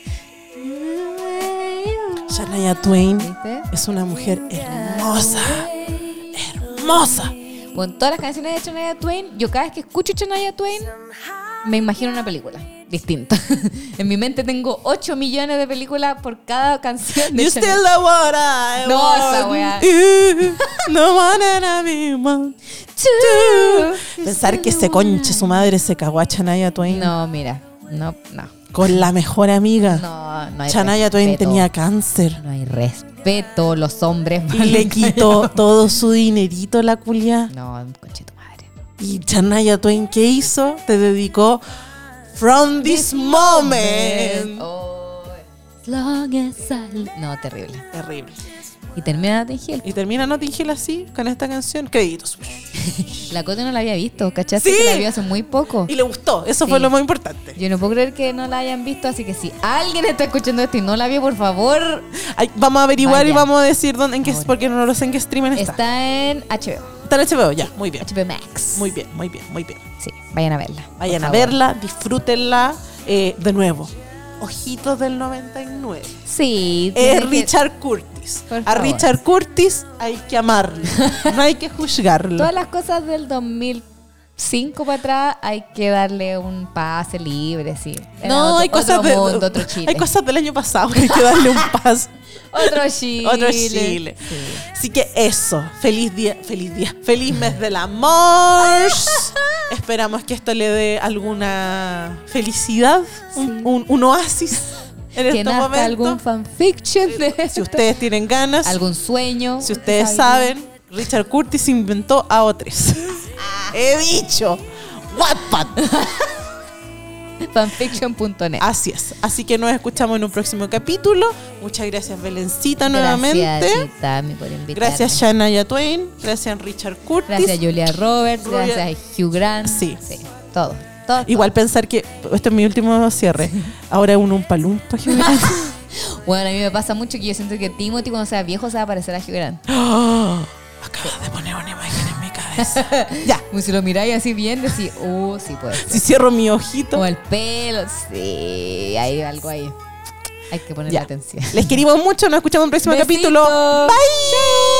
A: Shania Twain
C: ¿Viste?
A: es una mujer hermosa. Hermosa.
C: Con todas las canciones de Shania Twain, yo cada vez que escucho Shania Twain, me imagino una película distinta. En mi mente tengo ocho millones de películas por cada canción de
A: You
C: Shania.
A: still the what I
C: No,
A: want.
C: esa wea.
A: You, no one and me want to. Pensar que ese conche su madre se cagó a Shania Twain
C: No, mira, no, no,
A: con la mejor amiga.
C: no, no hay
A: Shania Twain
C: respeto.
A: tenía cáncer
C: No hay respeto, los hombres.
A: y le quitó todo su dinerito la culia.
C: No, conche tu madre.
A: Y Shania Twain, ¿qué hizo? Te dedicó From This Moment.
C: Oh, as long as I- No, terrible.
A: Terrible.
C: Y termina Notting Hill.
A: Y termina Notting Hill así, con esta canción. Créditos.
C: La Cote no la había visto, ¿cachaste?
A: Sí.
C: Que la vio hace muy poco.
A: Y le gustó. Eso
C: Sí.
A: fue lo más importante.
C: Yo no puedo creer que no la hayan visto, así que si alguien está escuchando esto y no la vio, por favor,
A: Ay, vamos a averiguar
C: Vaya.
A: y vamos a decir dónde, en qué,
C: Ahora.
A: porque no lo sé en qué streaming está.
C: está en H B O.
A: Está en H B O, ya. Muy bien.
C: H B O Max.
A: Muy bien, muy bien, muy bien.
C: Sí, vayan a verla. por
A: Vayan a
C: favor.
A: verla, disfrútenla. Eh, de nuevo, Ojitos del noventa y nueve.
C: Sí.
A: Es
C: tiene que-
A: Richard Curtis.
C: Por
A: A
C: favor.
A: Richard Curtis hay que amarlo. No hay que juzgarlo.
C: Todas las cosas del dos mil cinco para atrás hay que darle un pase libre, sí. Era
A: No,
C: otro,
A: hay cosas
C: otro
A: de,
C: mundo, otro Chile.
A: hay cosas del año pasado que hay que darle un paso.
C: Otro Chile.
A: Otro Chile.
C: Sí.
A: Así que eso, feliz día, feliz día, feliz mes del amor. Esperamos que esto le dé alguna felicidad, un,
C: Sí.
A: un- un oasis en
C: Que
A: este
C: nazca
A: momento.
C: algún fanfiction de
A: Si
C: esto.
A: ustedes tienen ganas,
C: algún sueño.
A: si ustedes saben, Richard Curtis inventó a otros. He dicho, Wattpad.
C: fanfiction punto net.
A: Así es. Así que nos escuchamos en un próximo capítulo. Muchas gracias, Belencita, nuevamente.
C: Gracias, Tami, por invitarme.
A: Gracias, Shania Twain. Gracias, Richard Curtis.
C: Gracias, Julia Roberts.
A: Julia-
C: Gracias, Hugh Grant.
A: Sí.
C: todo. todo
A: Igual pensar que este es mi último cierre. Ahora es un umpalumpa. Hugh Grant.
C: todo. Bueno, a mí me pasa mucho que yo siento que Timothy cuando sea viejo se va a parecer a Hugh Grant.
A: ¡Oh! Acabas de poner una imagen en mi cabeza. Ya.
C: Como si lo miráis así bien, decís, uh, sí puede ser.
A: Si cierro mi ojito.
C: Como el pelo, sí, hay algo ahí. Hay que ponerle
A: Ya.
C: atención.
A: Les queremos mucho. Nos escuchamos en el próximo
C: Besito.
A: capítulo. Bye.